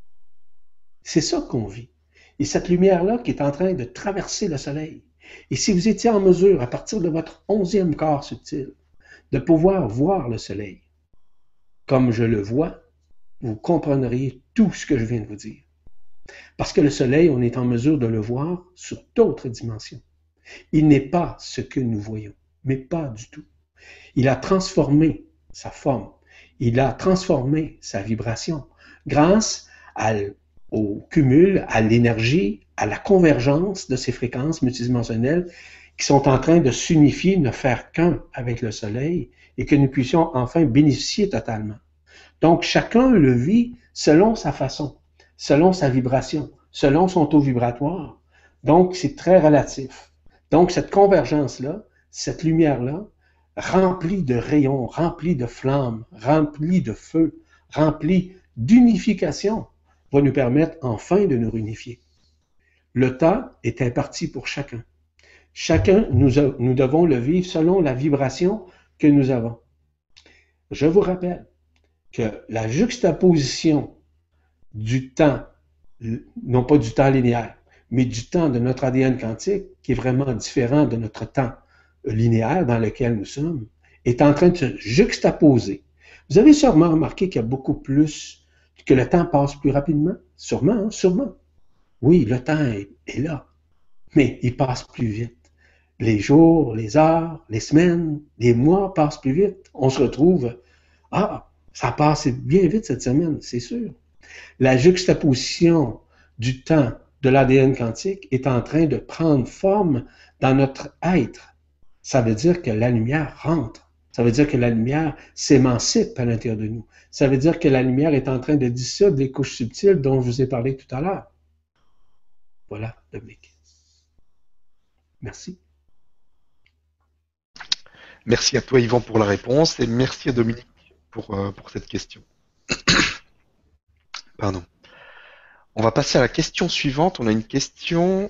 C'est ça qu'on vit. Et cette lumière-là qui est en train de traverser le soleil. Et si vous étiez en mesure, à partir de votre 11e corps subtil, de pouvoir voir le soleil comme je le vois, vous comprendriez tout ce que je viens de vous dire. Parce que le soleil, on est en mesure de le voir sur d'autres dimensions. Il n'est pas ce que nous voyons, mais pas du tout. Il a transformé sa forme, il a transformé sa vibration grâce au cumul, à l'énergie, à la convergence de ces fréquences multidimensionnelles qui sont en train de s'unifier, ne faire qu'un avec le soleil et que nous puissions enfin bénéficier totalement. Donc, chacun le vit selon sa façon, selon sa vibration, selon son taux vibratoire. Donc, c'est très relatif. Donc, cette convergence-là, cette lumière-là, remplie de rayons, remplie de flammes, remplie de feu, remplie d'unification, va nous permettre enfin de nous réunifier. Le temps est imparti pour chacun. Chacun, nous devons le vivre selon la vibration que nous avons. Je vous rappelle que la juxtaposition du temps, non pas du temps linéaire, mais du temps de notre ADN quantique, qui est vraiment différent de notre temps linéaire dans lequel nous sommes, est en train de se juxtaposer. Vous avez sûrement remarqué qu'il y a beaucoup plus, que le temps passe plus rapidement. Sûrement, hein? Sûrement. Oui, le temps est là, mais il passe plus vite. Les jours, les heures, les semaines, les mois passent plus vite. On se retrouve, ça passe bien vite cette semaine, c'est sûr. La juxtaposition du temps de l'ADN quantique est en train de prendre forme dans notre être. Ça veut dire que la lumière rentre. Ça veut dire que la lumière s'émancipe à l'intérieur de nous. Ça veut dire que la lumière est en train de dissoudre les couches subtiles dont je vous ai parlé tout à l'heure. Voilà, Dominique. Merci. Merci à toi, Yvan, pour la réponse et merci à Dominique pour cette question. Pardon. On va passer à la question suivante. On a une question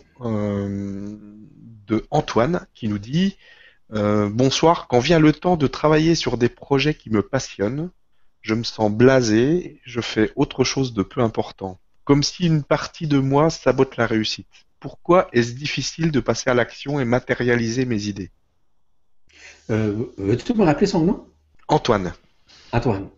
de Antoine qui nous dit bonsoir, quand vient le temps de travailler sur des projets qui me passionnent, je me sens blasé, je fais autre chose de peu important, comme si une partie de moi sabote la réussite. Pourquoi est-ce difficile de passer à l'action et matérialiser mes idées? Veux-tu me rappeler son nom? Antoine. Antoine.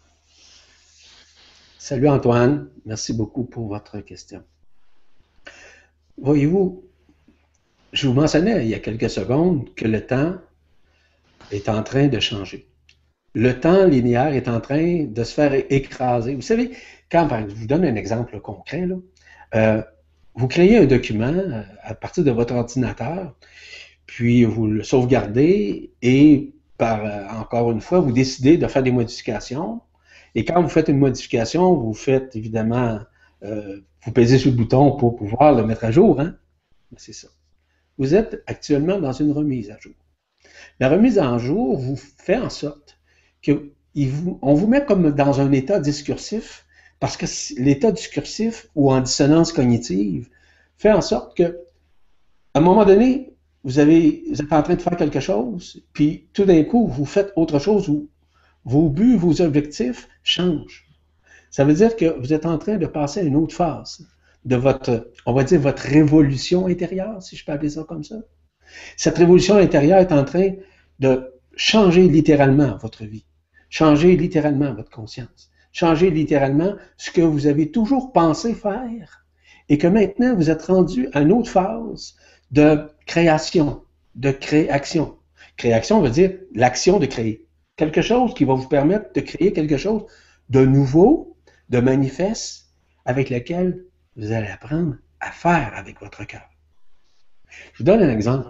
Salut Antoine, merci beaucoup pour votre question. Voyez-vous, je vous mentionnais il y a quelques secondes que le temps est en train de changer. Le temps linéaire est en train de se faire écraser. Vous savez, quand je vous donne un exemple concret, là, vous créez un document à partir de votre ordinateur, puis vous le sauvegardez et encore une fois, vous décidez de faire des modifications. Et quand vous faites une modification, vous faites évidemment, vous pèsez sur le bouton pour pouvoir le mettre à jour. Hein? C'est ça. Vous êtes actuellement dans une remise à jour. La remise à jour vous fait en sorte qu'on vous met comme dans un état discursif Parce que l'état discursif ou en dissonance cognitive fait en sorte que, à un moment donné, vous êtes en train de faire quelque chose, puis tout d'un coup, vous faites autre chose où vos buts, vos objectifs changent. Ça veut dire que vous êtes en train de passer à une autre phase de votre, on va dire, votre révolution intérieure, si je peux appeler ça comme ça. Cette révolution intérieure est en train de changer littéralement votre vie, changer littéralement votre conscience, changer littéralement ce que vous avez toujours pensé faire et que maintenant vous êtes rendu à une autre phase de création, de création. Création veut dire l'action de créer. Quelque chose qui va vous permettre de créer quelque chose de nouveau, de manifeste, avec lequel vous allez apprendre à faire avec votre cœur. Je vous donne un exemple.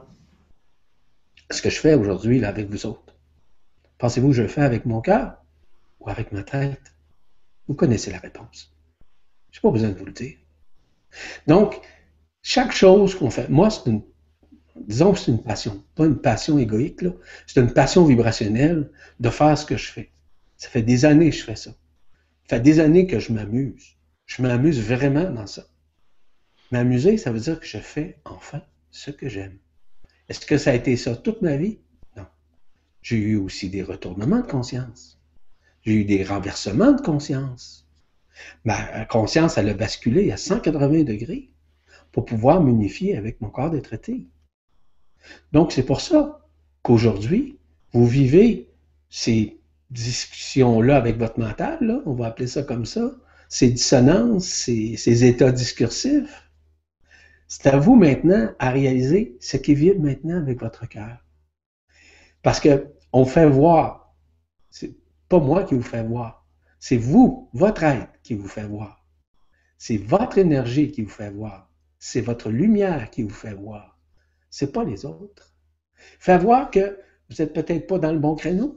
Ce que je fais aujourd'hui là, avec vous autres. Pensez-vous que je le fais avec mon cœur ou avec ma tête? Vous connaissez la réponse. Je n'ai pas besoin de vous le dire. Donc, chaque chose qu'on fait, moi, disons que c'est une passion, pas une passion égoïque, là. C'est une passion vibrationnelle de faire ce que je fais. Ça fait des années que je fais ça. Ça fait des années que je m'amuse. Je m'amuse vraiment dans ça. M'amuser, ça veut dire que je fais enfin ce que j'aime. Est-ce que ça a été ça toute ma vie? Non. J'ai eu aussi des retournements de conscience. J'ai eu des renversements de conscience. Ma conscience, elle a basculé à 180 degrés pour pouvoir m'unifier avec mon corps d'être été. Donc, c'est pour ça qu'aujourd'hui, vous vivez ces discussions-là avec votre mental, là, on va appeler ça comme ça, ces dissonances, ces états discursifs. C'est à vous maintenant à réaliser ce qui vibre maintenant avec votre cœur. Parce qu'on fait voir, c'est pas moi qui vous fait voir, c'est vous, votre être qui vous fait voir. C'est votre énergie qui vous fait voir. C'est votre lumière qui vous fait voir. C'est pas les autres. Fait voir que vous n'êtes peut-être pas dans le bon créneau,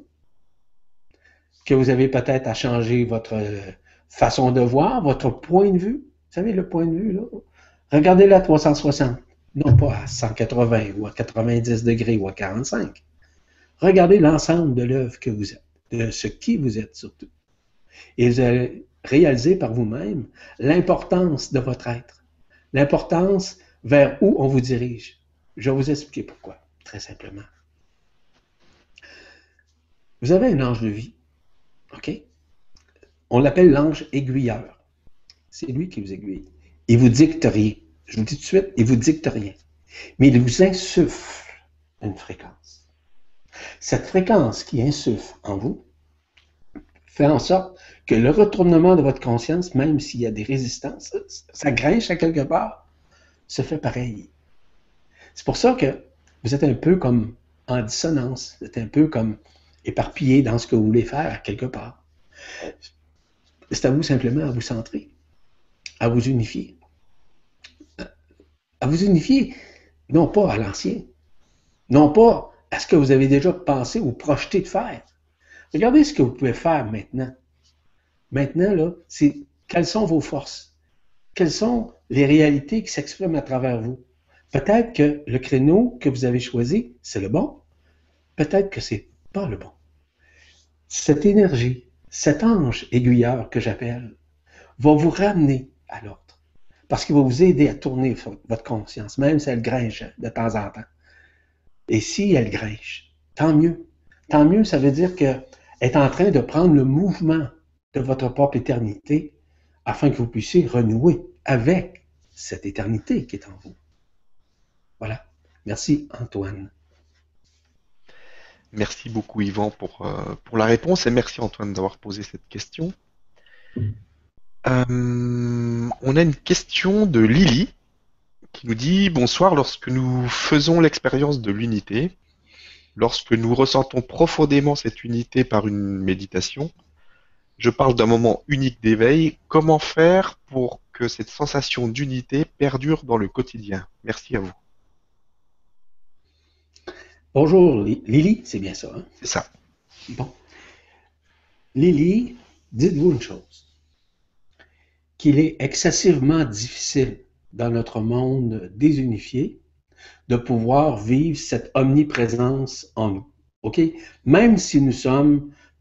que vous avez peut-être à changer votre façon de voir, votre point de vue. Vous savez, le point de vue, là, regardez-le à 360, non pas à 180 ou à 90 degrés ou à 45. Regardez l'ensemble de l'œuvre que vous êtes, de ce qui vous êtes surtout. Et vous allez réaliser par vous-même l'importance de votre être, l'importance vers où on vous dirige. Je vais vous expliquer pourquoi, très simplement. Vous avez un ange de vie, OK? On l'appelle l'ange aiguilleur. C'est lui qui vous aiguille. Il vous dicte rien. Je vous dis tout de suite, il vous dicte rien. Mais il vous insuffle une fréquence. Cette fréquence qui insuffle en vous fait en sorte que le retournement de votre conscience, même s'il y a des résistances, ça grinche à quelque part, se fait pareil. C'est pour ça que vous êtes un peu comme en dissonance, vous êtes un peu comme éparpillé dans ce que vous voulez faire à quelque part. C'est à vous simplement à vous centrer, à vous unifier. À vous unifier, non pas à l'ancien, non pas à ce que vous avez déjà pensé ou projeté de faire. Regardez ce que vous pouvez faire maintenant. Maintenant, là, c'est quelles sont vos forces? Quelles sont les réalités qui s'expriment à travers vous? Peut-être que le créneau que vous avez choisi, c'est le bon. Peut-être que c'est pas le bon. Cette énergie, cet ange aiguilleur que j'appelle, va vous ramener à l'autre. Parce qu'il va vous aider à tourner votre conscience, même si elle grinche de temps en temps. Et si elle grinche, tant mieux. Tant mieux, ça veut dire qu'elle est en train de prendre le mouvement de votre propre éternité afin que vous puissiez renouer avec cette éternité qui est en vous. Voilà. Merci, Antoine. Merci beaucoup Yvan pour la réponse et merci Antoine d'avoir posé cette question. On a une question de Lily qui nous dit bonsoir, lorsque nous faisons l'expérience de l'unité, lorsque nous ressentons profondément cette unité par une méditation, je parle d'un moment unique d'éveil, comment faire pour que cette sensation d'unité perdure dans le quotidien? Merci à vous. Bonjour Lily, c'est bien ça, hein? C'est ça. Bon. Lily, dites-vous une chose, qu'il est excessivement difficile dans notre monde désunifié de pouvoir vivre cette omniprésence en nous. OK? Même si nous sommes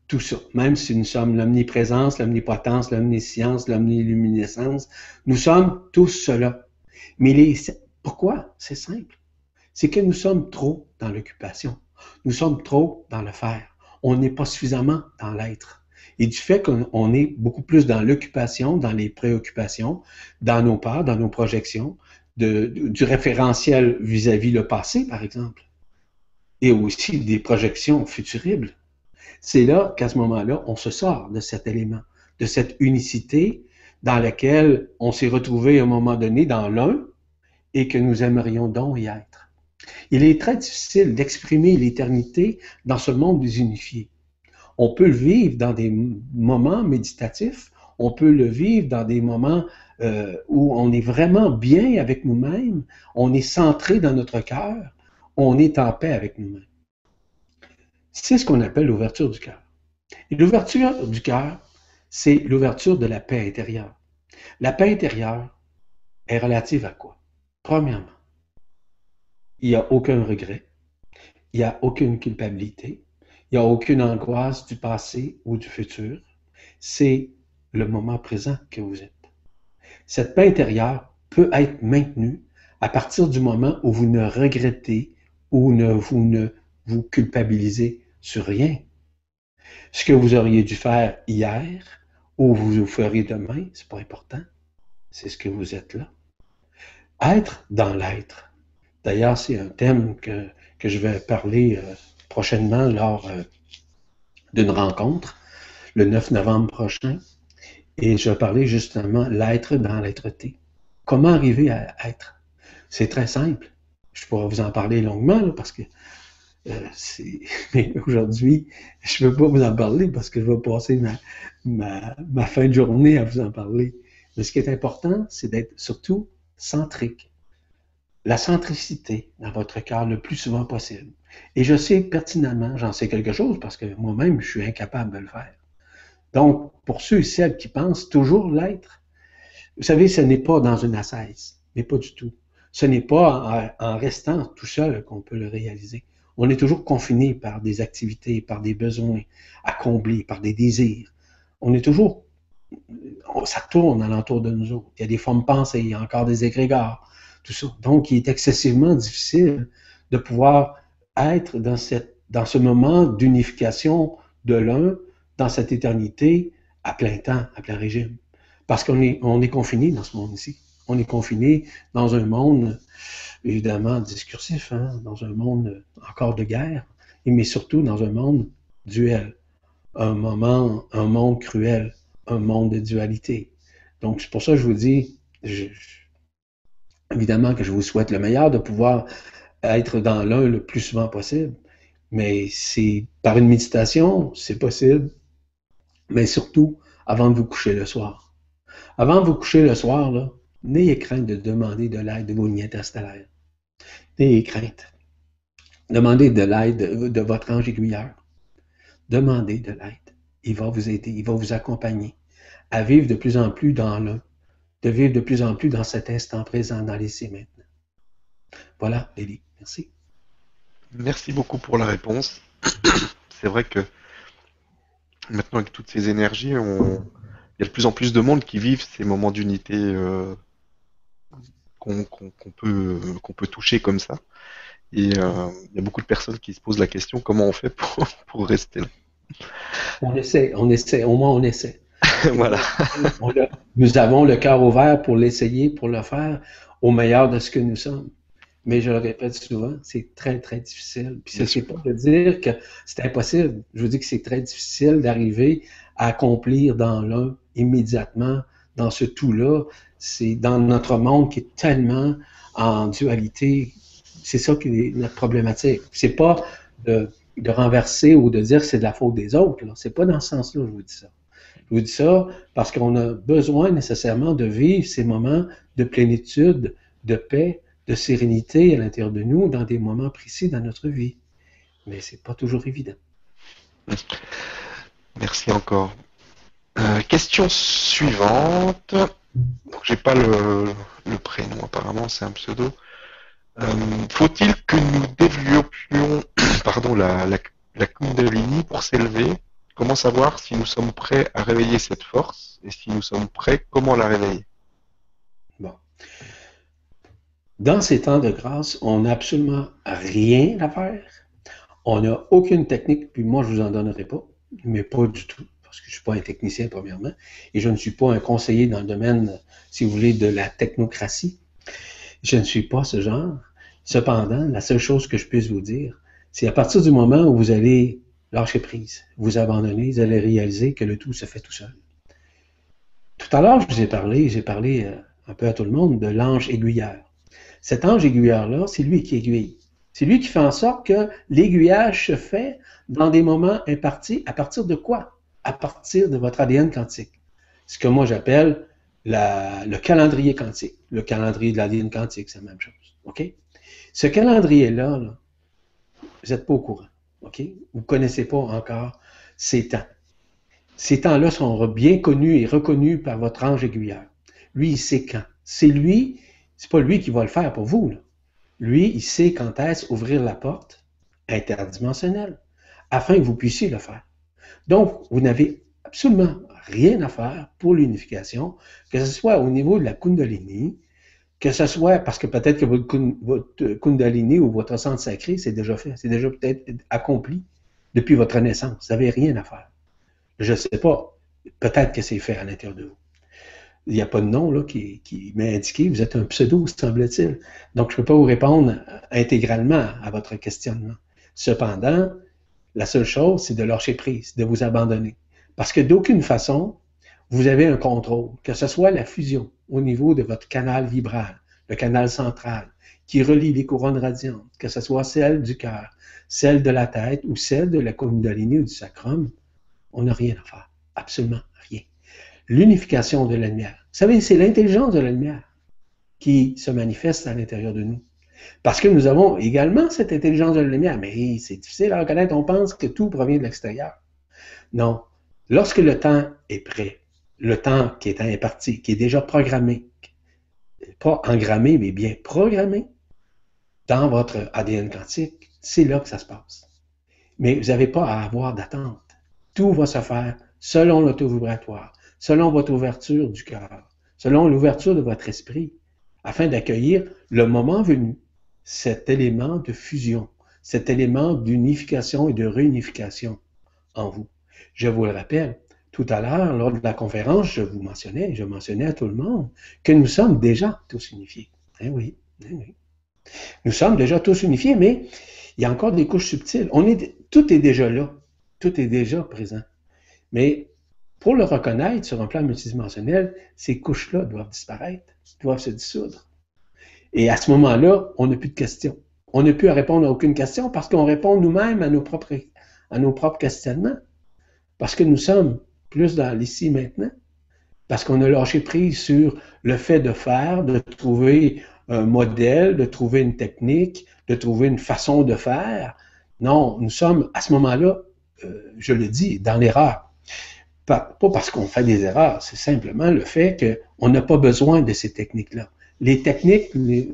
tout ça. Même si nous sommes l'omniprésence, l'omnipotence, l'omniscience, l'omniluminescence, nous sommes tous cela. Mais pourquoi? C'est simple. C'est que nous sommes trop dans l'occupation. Nous sommes trop dans le faire. On n'est pas suffisamment dans l'être. Et du fait qu'on est beaucoup plus dans l'occupation, dans les préoccupations, dans nos peurs, dans nos projections, du référentiel vis-à-vis le passé, par exemple, et aussi des projections futuribles, c'est là qu'à ce moment-là, on se sort de cet élément, de cette unicité dans laquelle on s'est retrouvé à un moment donné dans l'un et que nous aimerions donc y être. Il est très difficile d'exprimer l'éternité dans ce monde désunifié. On peut le vivre dans des moments méditatifs, on peut le vivre dans des moments où on est vraiment bien avec nous-mêmes, on est centré dans notre cœur, on est en paix avec nous-mêmes. C'est ce qu'on appelle l'ouverture du cœur. Et l'ouverture du cœur, c'est l'ouverture de la paix intérieure. La paix intérieure est relative à quoi? Premièrement, il n'y a aucun regret, il n'y a aucune culpabilité, il n'y a aucune angoisse du passé ou du futur. C'est le moment présent que vous êtes. Cette paix intérieure peut être maintenue à partir du moment où vous ne regrettez ou vous ne vous culpabilisez sur rien. Ce que vous auriez dû faire hier ou vous ferez demain, c'est pas important. C'est ce que vous êtes là. Être dans l'être. D'ailleurs, c'est un thème que je vais parler prochainement lors d'une rencontre, le 9 novembre prochain. Et je vais parler justement l'être dans l'être-té. Comment arriver à être? C'est très simple. Je pourrais vous en parler longuement là, parce que mais aujourd'hui, je ne peux pas vous en parler parce que je vais passer ma fin de journée à vous en parler. Mais ce qui est important, c'est d'être surtout centrique. La centricité dans votre cœur le plus souvent possible. Et je sais pertinemment, j'en sais quelque chose parce que moi-même, je suis incapable de le faire. Donc, pour ceux et celles qui pensent toujours l'être, vous savez, ce n'est pas dans une ascèse, mais pas du tout. Ce n'est pas en restant tout seul qu'on peut le réaliser. On est toujours confiné par des activités, par des besoins à combler, par des désirs. On est toujours, ça tourne alentour de nous autres. Il y a des formes pensées, il y a encore des égrégores, tout ça. Donc, il est excessivement difficile de pouvoir être dans ce moment d'unification de l'un, dans cette éternité, à plein temps, à plein régime. Parce qu'on est confiné dans ce monde-ci. On est confiné dans un monde évidemment discursif, hein, dans un monde encore de guerre, mais surtout dans un monde duel, un monde cruel, un monde de dualité. Donc c'est pour ça que je vous dis, évidemment que je vous souhaite le meilleur, de pouvoir être dans l'un le plus souvent possible, mais c'est par une méditation, c'est possible, mais surtout avant de vous coucher le soir. Avant de vous coucher le soir, là, n'ayez crainte de demander de l'aide de vos lignes interstellaires. N'ayez crainte. Demandez de l'aide de votre ange aiguilleur. Demandez de l'aide. Il va vous aider, il va vous accompagner à vivre de plus en plus dans l'un, de vivre de plus en plus dans cet instant présent, dans l'ici maintenant. Voilà, Lélie. Merci. Merci beaucoup pour la réponse. C'est vrai que maintenant, avec toutes ces énergies, il y a de plus en plus de monde qui vivent ces moments d'unité qu'on peut toucher comme ça. Et il y a beaucoup de personnes qui se posent la question comment on fait pour rester là. On essaie, au moins on essaie. Voilà. Nous avons le cœur ouvert pour l'essayer, pour le faire au meilleur de ce que nous sommes. Mais je le répète souvent, c'est très, très difficile. Puis ce n'est pas de dire que c'est impossible. Je vous dis que c'est très difficile d'arriver à accomplir dans l'un immédiatement, dans ce tout-là. C'est dans notre monde qui est tellement en dualité. C'est ça qui est notre problématique. C'est pas de renverser ou de dire que c'est de la faute des autres. C'est pas dans ce sens-là que je vous dis ça. Je vous dis ça parce qu'on a besoin nécessairement de vivre ces moments de plénitude, de paix, de sérénité à l'intérieur de nous dans des moments précis dans notre vie. Mais c'est pas toujours évident. Merci encore. Question suivante. J'ai pas le prénom, apparemment c'est un pseudo. Faut-il que nous développions la Kundalini pour s'élever comment savoir si nous sommes prêts à réveiller cette force et si nous sommes prêts, comment la réveiller? Bon. Dans ces temps de grâce, on n'a absolument rien à faire. On n'a aucune technique, puis moi, je vous en donnerai pas, mais pas du tout, parce que je ne suis pas un technicien, premièrement, et je ne suis pas un conseiller dans le domaine, si vous voulez, de la technocratie. Je ne suis pas ce genre. Cependant, la seule chose que je puisse vous dire, c'est à partir du moment où vous allez lâcher prise, vous abandonner, vous allez réaliser que le tout se fait tout seul. Tout à l'heure, je vous ai parlé un peu à tout le monde de l'ange aiguilleur. Cet ange aiguilleur-là, c'est lui qui aiguille. C'est lui qui fait en sorte que l'aiguillage se fait dans des moments impartis. À partir de quoi? À partir de votre ADN quantique. Ce que moi j'appelle le calendrier quantique. Le calendrier de l'ADN quantique, c'est la même chose. OK? Ce calendrier-là, là, vous n'êtes pas au courant. OK? Vous ne connaissez pas encore ces temps. Ces temps-là sont bien connus et reconnus par votre ange aiguilleur. Lui, il sait quand. C'est lui, c'est pas lui qui va le faire pour vous, là. Lui, il sait quand est-ce ouvrir la porte interdimensionnelle afin que vous puissiez le faire. Donc, vous n'avez absolument rien à faire pour l'unification, que ce soit au niveau de la Kundalini, que ce soit parce que peut-être que votre Kundalini ou votre centre sacré, c'est déjà fait, c'est déjà peut-être accompli depuis votre naissance. Vous n'avez rien à faire. Je ne sais pas. Peut-être que c'est fait à l'intérieur de vous. Il n'y a pas de nom là, qui m'est indiqué. Vous êtes un pseudo, semble-t-il. Donc, je ne peux pas vous répondre intégralement à votre questionnement. Cependant, la seule chose, c'est de lâcher prise, de vous abandonner. Parce que d'aucune façon, vous avez un contrôle, que ce soit la fusion au niveau de votre canal vibral, le canal central, qui relie les couronnes radiantes, que ce soit celle du cœur, celle de la tête ou celle de la Kundalini ou du sacrum, on n'a rien à faire. Absolument rien. L'unification de la lumière. Vous savez, c'est l'intelligence de la lumière qui se manifeste à l'intérieur de nous. Parce que nous avons également cette intelligence de la lumière, mais c'est difficile à reconnaître, on pense que tout provient de l'extérieur. Non. Lorsque le temps est prêt, le temps qui est imparti, qui est déjà programmé, pas engrammé, mais bien programmé, dans votre ADN quantique, c'est là que ça se passe. Mais vous n'avez pas à avoir d'attente. Tout va se faire selon l'auto-vibratoire, selon votre ouverture du cœur, selon l'ouverture de votre esprit, afin d'accueillir le moment venu, cet élément de fusion, cet élément d'unification et de réunification en vous. Je vous le rappelle, tout à l'heure, lors de la conférence, je mentionnais à tout le monde que nous sommes déjà tous unifiés. Eh oui, eh oui. Nous sommes déjà tous unifiés, mais il y a encore des couches subtiles. Tout est déjà là. Tout est déjà présent. Mais pour le reconnaître sur un plan multidimensionnel, ces couches-là doivent disparaître, doivent se dissoudre. Et à ce moment-là, on n'a plus de questions. On n'a plus à répondre à aucune question parce qu'on répond nous-mêmes à nos propres questionnements. Parce que nous sommes plus dans l'ici maintenant. Parce qu'on a lâché prise sur le fait de faire, de trouver un modèle, de trouver une technique, de trouver une façon de faire. Non, nous sommes à ce moment-là, je le dis, dans l'erreur. Pas parce qu'on fait des erreurs, c'est simplement le fait qu'on n'a pas besoin de ces techniques-là. Les techniques ne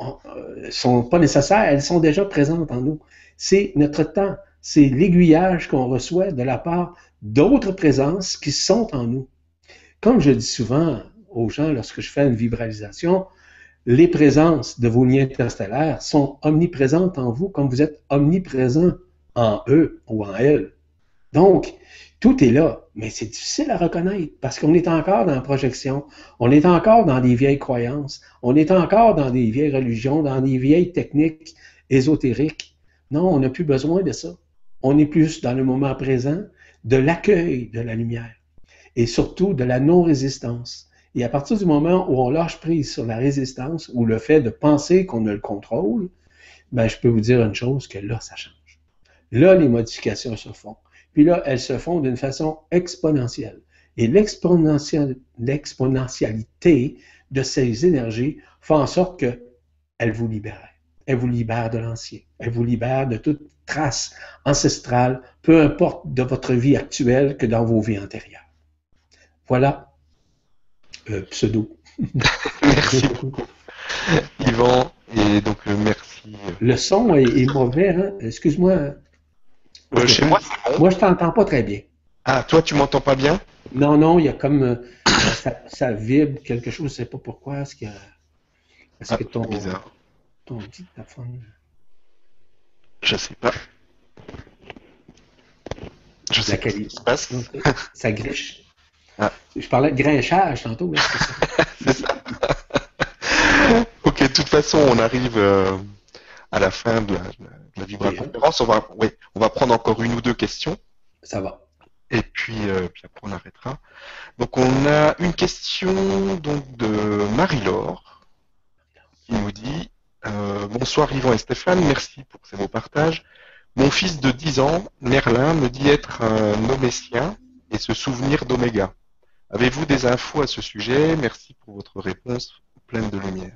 sont pas nécessaires, elles sont déjà présentes en nous. C'est notre temps, c'est l'aiguillage qu'on reçoit de la part d'autres présences qui sont en nous. Comme je dis souvent aux gens lorsque je fais une vibralisation, les présences de vos liens interstellaires sont omniprésentes en vous comme vous êtes omniprésent en eux ou en elles. Donc, tout est là, mais c'est difficile à reconnaître parce qu'on est encore dans la projection, on est encore dans des vieilles croyances, on est encore dans des vieilles religions, dans des vieilles techniques ésotériques. Non, on n'a plus besoin de ça. On est plus dans le moment présent de l'accueil de la lumière et surtout de la non-résistance. Et à partir du moment où on lâche prise sur la résistance ou le fait de penser qu'on a le contrôle, ben, je peux vous dire une chose, que là, ça change. Là, les modifications se font. Puis là, elles se font d'une façon exponentielle. Et l'exponentialité de ces énergies fait en sorte qu'elles vous libèrent. Elles vous libèrent de l'ancien. Elles vous libèrent de toute trace ancestrale, peu importe de votre vie actuelle que dans vos vies antérieures. Voilà. Pseudo. Merci beaucoup, Yvan. Et donc, merci. Le son est mauvais, hein? Excuse-moi. Chez moi, c'est bon. Moi, je t'entends pas très bien. Ah, toi, tu m'entends pas bien? Non, non, il y a comme ça vibre quelque chose, je sais pas pourquoi. Est-ce Ah, que c'est bizarre. ton dictaphone. Je sais pas. Je La sais pas ce qui qualité. se passe. OK. Ça griche. Ah, Je parlais de grinchage tantôt, mais c'est ça. c'est ça. Ok, de toute façon, on arrive à la fin de la OK, hein? vibra-conférence. On va prendre encore une ou deux questions. Ça va. Et puis après, on arrêtera. Donc, on a une question donc de Marie-Laure qui nous dit bonsoir Yvan et Stéphane, merci pour ces beaux partages. Mon fils de 10 ans, Merlin, me dit être un nométien et se souvenir d'Oméga. Avez-vous des infos à ce sujet? Merci pour votre réponse pleine de lumière.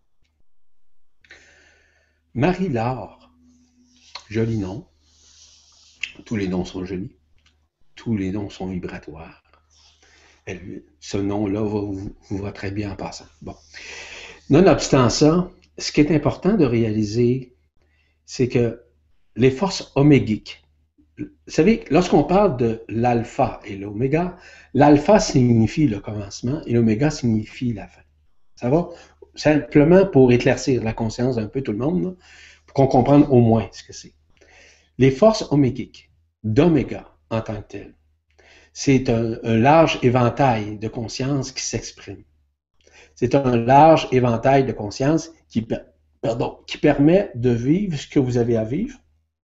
Marie-Laure. Joli nom. Tous les noms sont jolis. Tous les noms sont vibratoires. Ce nom-là vous va très bien en passant. Bon. Nonobstant ça, ce qui est important de réaliser, c'est que les forces omégiques, vous savez, lorsqu'on parle de l'alpha et l'oméga, l'alpha signifie le commencement et l'oméga signifie la fin. Ça va? Simplement pour éclaircir la conscience d'un peu tout le monde, là, pour qu'on comprenne au moins ce que c'est. Les forces omégiques, d'oméga en tant que telles, c'est un large éventail de conscience qui s'exprime. C'est un large éventail de conscience qui permet de vivre ce que vous avez à vivre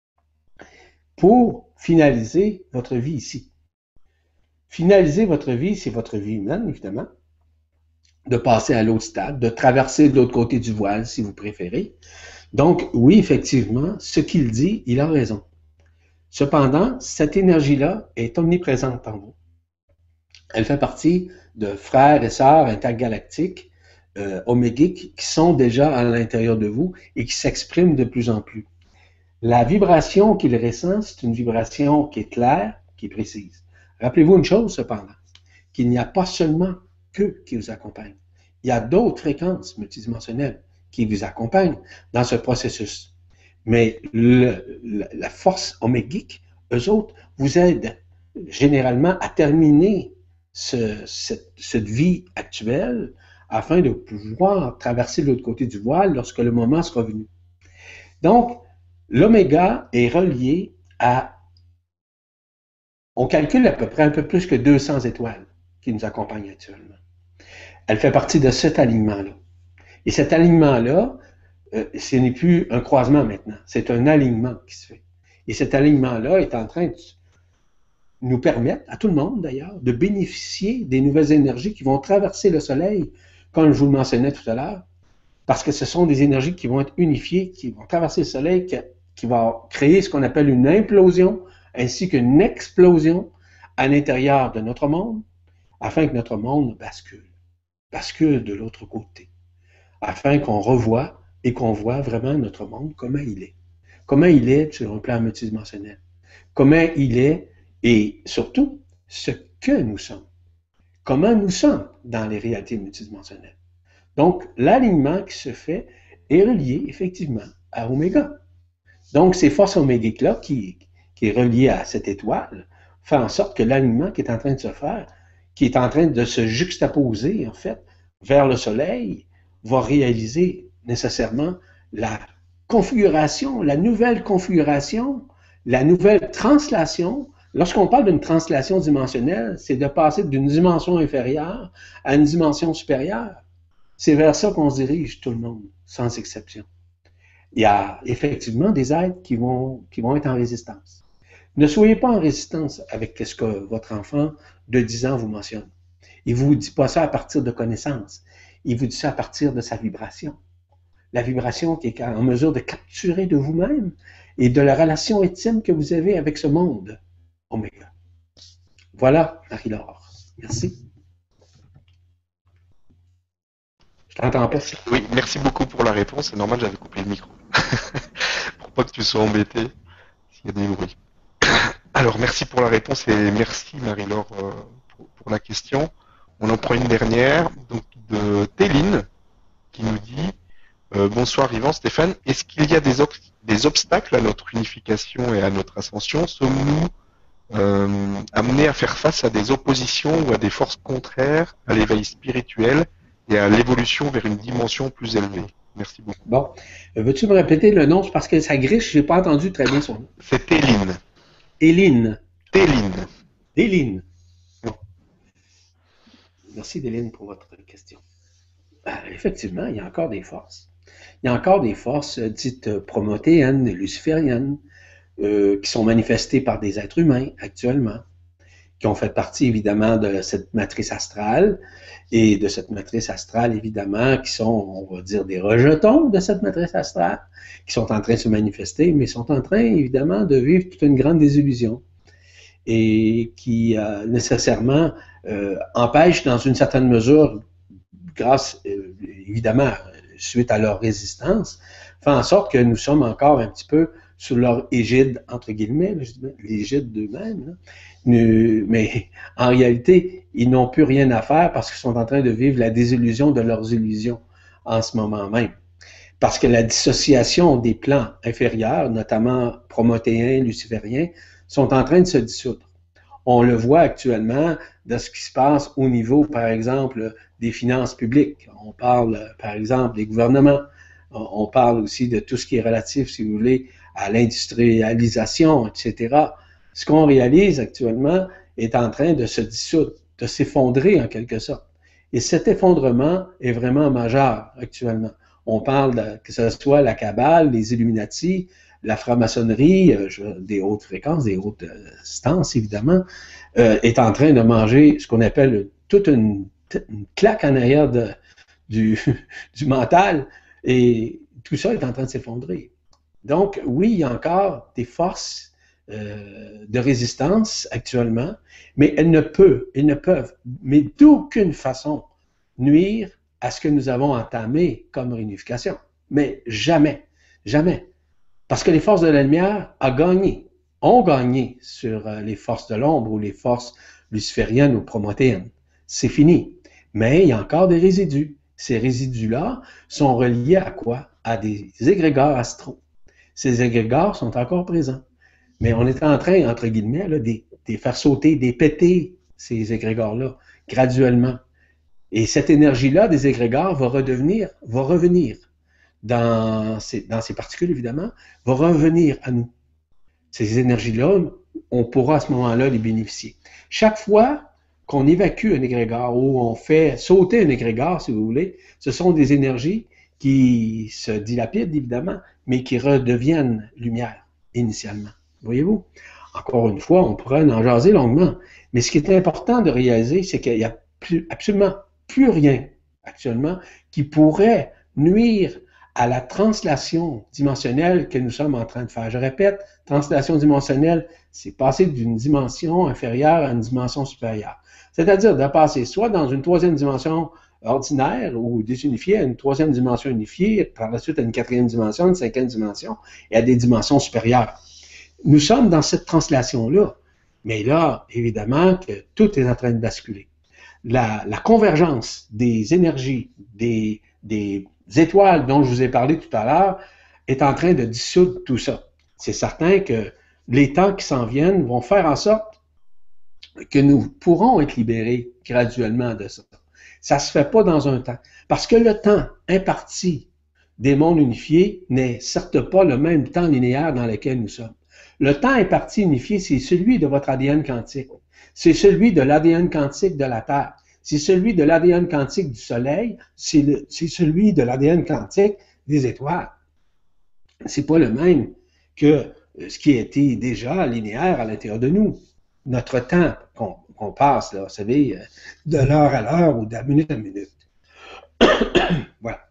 pour finaliser votre vie ici. Finaliser votre vie, c'est votre vie humaine, évidemment, de passer à l'autre stade, de traverser de l'autre côté du voile, si vous préférez. Donc, oui, effectivement, ce qu'il dit, il a raison. Cependant, cette énergie-là est omniprésente en vous. Elle fait partie de frères et sœurs intergalactiques, omégiques, qui sont déjà à l'intérieur de vous et qui s'expriment de plus en plus. La vibration qu'il ressent, c'est une vibration qui est claire, qui est précise. Rappelez-vous une chose, cependant, qu'il n'y a pas seulement qu'eux qui vous accompagnent. Il y a d'autres fréquences multidimensionnelles qui vous accompagnent dans ce processus. Mais la force omégique, eux autres, vous aident généralement à terminer cette vie actuelle afin de pouvoir traverser de l'autre côté du voile lorsque le moment sera venu. Donc, l'oméga est relié à, on calcule à peu près un peu plus que 200 étoiles qui nous accompagnent actuellement. Elle fait partie de cet alignement-là. Et cet alignement-là, ce n'est plus un croisement maintenant, c'est un alignement qui se fait. Et cet alignement-là est en train de nous permettre, à tout le monde d'ailleurs, de bénéficier des nouvelles énergies qui vont traverser le Soleil, comme je vous le mentionnais tout à l'heure, parce que ce sont des énergies qui vont être unifiées, qui vont traverser le Soleil, qui va créer ce qu'on appelle une implosion, ainsi qu'une explosion à l'intérieur de notre monde, afin que notre monde bascule de l'autre côté, afin qu'on revoie et qu'on voit vraiment notre monde, comment il est sur un plan multidimensionnel, comment il est et surtout ce que nous sommes, comment nous sommes dans les réalités multidimensionnelles. Donc, l'alignement qui se fait est relié effectivement à Oméga. Donc, ces forces omégiques-là, qui est relié à cette étoile, fait en sorte que l'alignement qui est en train de se faire, qui est en train de se juxtaposer, en fait, vers le Soleil, va réaliser nécessairement la configuration, la nouvelle configuration, la nouvelle translation. Lorsqu'on parle d'une translation dimensionnelle, c'est de passer d'une dimension inférieure à une dimension supérieure. C'est vers ça qu'on se dirige, tout le monde, sans exception. Il y a effectivement des êtres qui vont être en résistance. Ne soyez pas en résistance avec ce que votre enfant de 10 ans vous mentionne. Il ne vous dit pas ça à partir de connaissances. Il vous dit ça à partir de sa vibration. La vibration qui est en mesure de capturer de vous-même et de la relation intime que vous avez avec ce monde. Oméga. Voilà, Marie-Laure. Merci. Je t'entends pas. Oui, merci beaucoup pour la réponse. C'est normal, j'avais coupé le micro. Pour pas que tu sois embêté s'il y a des bruits. Alors, merci pour la réponse et merci Marie-Laure pour la question. On en prend une dernière, donc de Téline, qui nous dit bonsoir Yvan, Stéphane, est-ce qu'il y a des obstacles à notre unification et à notre ascension? Sommes-nous à amené à faire face à des oppositions ou à des forces contraires à l'éveil spirituel et à l'évolution vers une dimension plus élevée. Merci beaucoup. Bon. Veux-tu me répéter le nom? C'est parce que ça griche, j'ai pas entendu très bien son nom. C'est Téline. Éline. Téline. Déline. Bon. Merci, Déline, pour votre question. Effectivement, il y a encore des forces. Il y a encore des forces dites promotéennes, lucifériennes, qui sont manifestées par des êtres humains actuellement, qui ont fait partie évidemment de cette matrice astrale, et de cette matrice astrale évidemment, qui sont, on va dire, des rejetons de cette matrice astrale, qui sont en train de se manifester, mais sont en train évidemment de vivre toute une grande désillusion, et qui nécessairement empêchent dans une certaine mesure, grâce évidemment, suite à leur résistance, fait en sorte que nous sommes encore un petit peu sous leur égide, entre guillemets, l'égide d'eux-mêmes. Mais en réalité, ils n'ont plus rien à faire parce qu'ils sont en train de vivre la désillusion de leurs illusions en ce moment même. Parce que la dissociation des plans inférieurs, notamment promotéens, lucifériens, sont en train de se dissoudre. On le voit actuellement de ce qui se passe au niveau, par exemple, des finances publiques. On parle, par exemple, des gouvernements. On parle aussi de tout ce qui est relatif, si vous voulez, à l'industrialisation, etc. Ce qu'on réalise actuellement est en train de se dissoudre, de s'effondrer en quelque sorte. Et cet effondrement est vraiment majeur actuellement. On parle que ce soit la Kabbale, les Illuminati, la franc-maçonnerie, des hautes fréquences, des hautes stances, évidemment, est en train de manger ce qu'on appelle toute une claque en arrière du mental, et tout ça est en train de s'effondrer. Donc, oui, il y a encore des forces de résistance actuellement, mais elles ne peuvent, mais d'aucune façon, nuire à ce que nous avons entamé comme réunification. Mais jamais, jamais. Parce que les forces de la lumière ont gagné sur les forces de l'ombre ou les forces lucifériennes ou promotéennes. C'est fini. Mais il y a encore des résidus. Ces résidus-là sont reliés à quoi? À des égrégores astraux. Ces égrégores sont encore présents. Mais on est en train, entre guillemets, là, de faire sauter, de péter ces égrégores-là, graduellement. Et cette énergie-là des égrégores va revenir dans ces particules, évidemment, va revenir à nous. Ces énergies-là, on pourra à ce moment-là les bénéficier. Chaque fois qu'on évacue un égrégore ou on fait sauter un égrégore, si vous voulez, ce sont des énergies qui se dilapident, évidemment, mais qui redeviennent lumière, initialement. Voyez-vous? Encore une fois, on pourrait en jaser longuement. Mais ce qui est important de réaliser, c'est qu'il n'y a absolument plus rien, actuellement, qui pourrait nuire à la translation dimensionnelle que nous sommes en train de faire. Je répète, translation dimensionnelle, c'est passer d'une dimension inférieure à une dimension supérieure. C'est-à-dire de passer soit dans une troisième dimension ordinaire ou désunifiée à une troisième dimension unifiée, par la suite à une quatrième dimension, une cinquième dimension, et à des dimensions supérieures. Nous sommes dans cette translation-là, mais là, évidemment, que tout est en train de basculer. La convergence des énergies, des étoiles dont je vous ai parlé tout à l'heure, est en train de dissoudre tout ça. C'est certain que les temps qui s'en viennent vont faire en sorte que nous pourrons être libérés graduellement de ça. Ça ne se fait pas dans un temps. Parce que le temps imparti des mondes unifiés n'est certes pas le même temps linéaire dans lequel nous sommes. Le temps imparti unifié, c'est celui de votre ADN quantique. C'est celui de l'ADN quantique de la Terre. C'est celui de l'ADN quantique du Soleil. C'est celui de l'ADN quantique des étoiles. C'est pas le même que ce qui a été déjà linéaire à l'intérieur de nous. Notre temps qu'on passe, là, vous savez, de l'heure à l'heure ou de minute à minute. Voilà.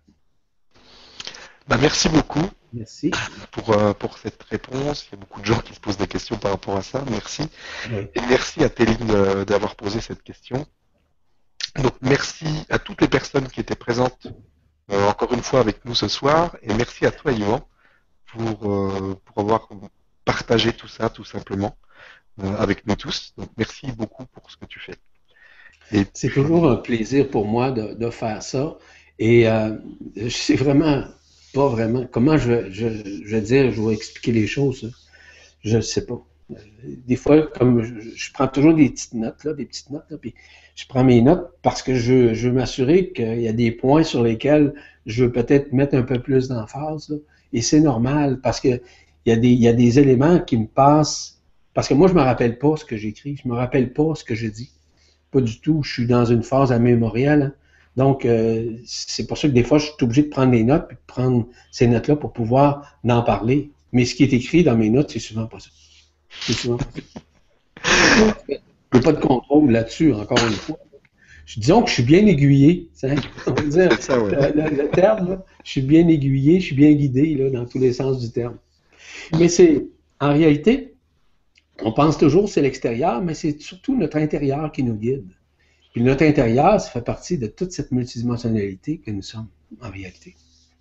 Ben, merci beaucoup. Merci. Pour cette réponse. Il y a beaucoup de gens qui se posent des questions par rapport à ça. Merci. Oui. Et merci à Téline d'avoir posé cette question. Donc merci à toutes les personnes qui étaient présentes encore une fois avec nous ce soir. Et merci à toi, Yvan, pour avoir partagé tout ça, tout simplement, avec nous tous. Donc merci beaucoup pour ce que tu fais. C'est toujours un plaisir pour moi de faire ça. Et je sais vraiment pas vraiment comment je vais dire, je vais expliquer les choses. Je ne sais pas. Des fois, comme je prends toujours des petites notes, là, puis je prends mes notes parce que je veux m'assurer qu'il y a des points sur lesquels je veux peut-être mettre un peu plus d'emphase, là. Et c'est normal parce que il y a des éléments qui me passent. Parce que moi, je me rappelle pas ce que j'écris, je me rappelle pas ce que je dis. Pas du tout. Je suis dans une phase amémoriale, hein. Donc, c'est pour ça que des fois, je suis obligé de prendre des notes, puis de prendre ces notes-là pour pouvoir en parler. Mais ce qui est écrit dans mes notes, c'est souvent pas ça. C'est souvent pas ça. Il n'y a pas de contrôle là-dessus, encore une fois. Disons que je suis bien aiguillé, on va dire C'est ça, ouais. le terme, là, je suis bien aiguillé, je suis bien guidé là, dans tous les sens du terme. Mais c'est, en réalité, on pense toujours que c'est l'extérieur, mais c'est surtout notre intérieur qui nous guide. Puis notre intérieur, ça fait partie de toute cette multidimensionnalité que nous sommes, en réalité.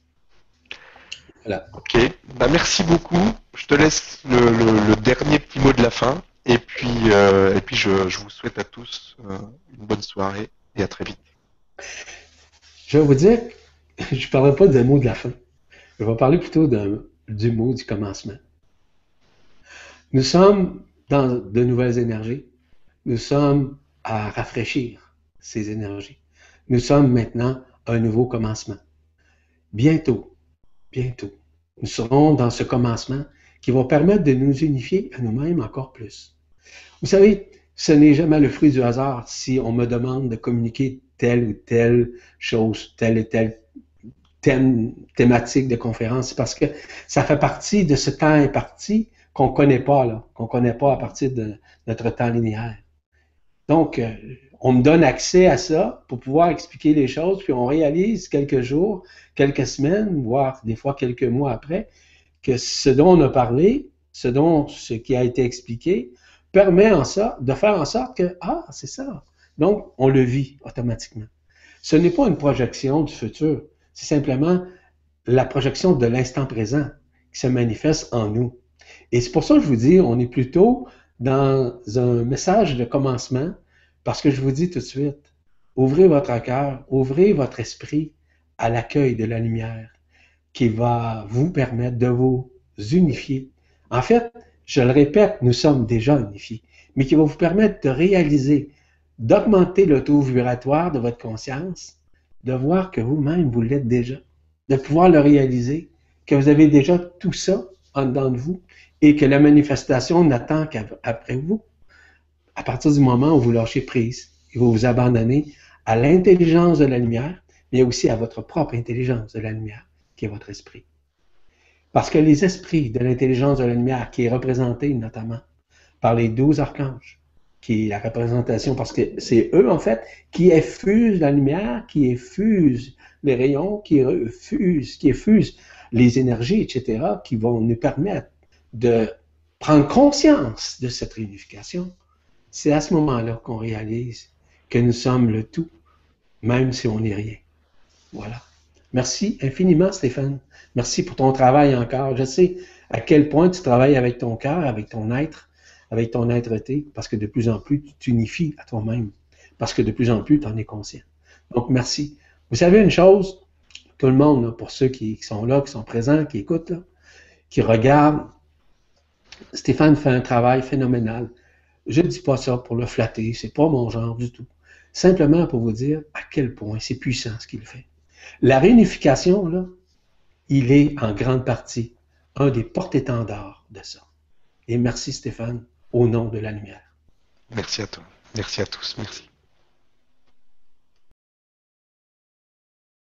Voilà. Ok. Bah, merci beaucoup. Je te laisse le dernier petit mot de la fin. Et puis je vous souhaite à tous une bonne soirée et à très vite. Je vais vous dire, je ne parlerai pas des mots de la fin. Je vais parler plutôt du mot du commencement. Nous sommes dans de nouvelles énergies. Nous sommes à rafraîchir ces énergies. Nous sommes maintenant à un nouveau commencement. Bientôt, bientôt, nous serons dans ce commencement qui va permettre de nous unifier à nous-mêmes encore plus. Vous savez, ce n'est jamais le fruit du hasard si on me demande de communiquer telle ou telle chose, telle et telle thématique de conférence, parce que ça fait partie de ce temps imparti qu'on ne connaît pas, là, qu'on ne connaît pas à partir de notre temps linéaire. Donc, on me donne accès à ça pour pouvoir expliquer les choses, puis on réalise quelques jours, quelques semaines, voire des fois quelques mois après, que ce dont on a parlé, ce qui a été expliqué, permet de faire en sorte que, ah, c'est ça. Donc, on le vit automatiquement. Ce n'est pas une projection du futur, c'est simplement la projection de l'instant présent qui se manifeste en nous. Et c'est pour ça que je vous dis, on est plutôt dans un message de commencement, parce que je vous dis tout de suite, ouvrez votre cœur, ouvrez votre esprit à l'accueil de la lumière qui va vous permettre de vous unifier. En fait, je le répète, nous sommes déjà unifiés, mais qui va vous permettre de réaliser, d'augmenter le taux vibratoire de votre conscience, de voir que vous-même, vous l'êtes déjà, de pouvoir le réaliser, que vous avez déjà tout ça en dedans de vous et que la manifestation n'attend qu'après vous. À partir du moment où vous lâchez prise et vous vous abandonnez à l'intelligence de la lumière, mais aussi à votre propre intelligence de la lumière, qui est votre esprit. Parce que les esprits de l'intelligence de la lumière, qui est représentée notamment par les 12 archanges, qui est la représentation, parce que c'est eux, en fait, qui effusent la lumière, qui effusent les rayons, qui effusent les énergies, etc., qui vont nous permettre de prendre conscience de cette réunification. C'est à ce moment-là qu'on réalise que nous sommes le tout, même si on n'est rien. Voilà. Merci infiniment, Stéphane. Merci pour ton travail encore. Je sais à quel point tu travailles avec ton cœur, avec ton être-té, parce que de plus en plus, tu t'unifies à toi-même, parce que de plus en plus, tu en es conscient. Donc, merci. Vous savez une chose, tout le monde, là, pour ceux qui sont là, qui sont présents, qui écoutent, là, qui regardent, Stéphane fait un travail phénoménal. Je ne dis pas ça pour le flatter, c'est pas mon genre du tout. Simplement pour vous dire à quel point c'est puissant ce qu'il fait. La réunification, là, il est en grande partie un des porte-étendards de ça. Et merci Stéphane, au nom de la lumière. Merci à toi. Merci à tous. Merci.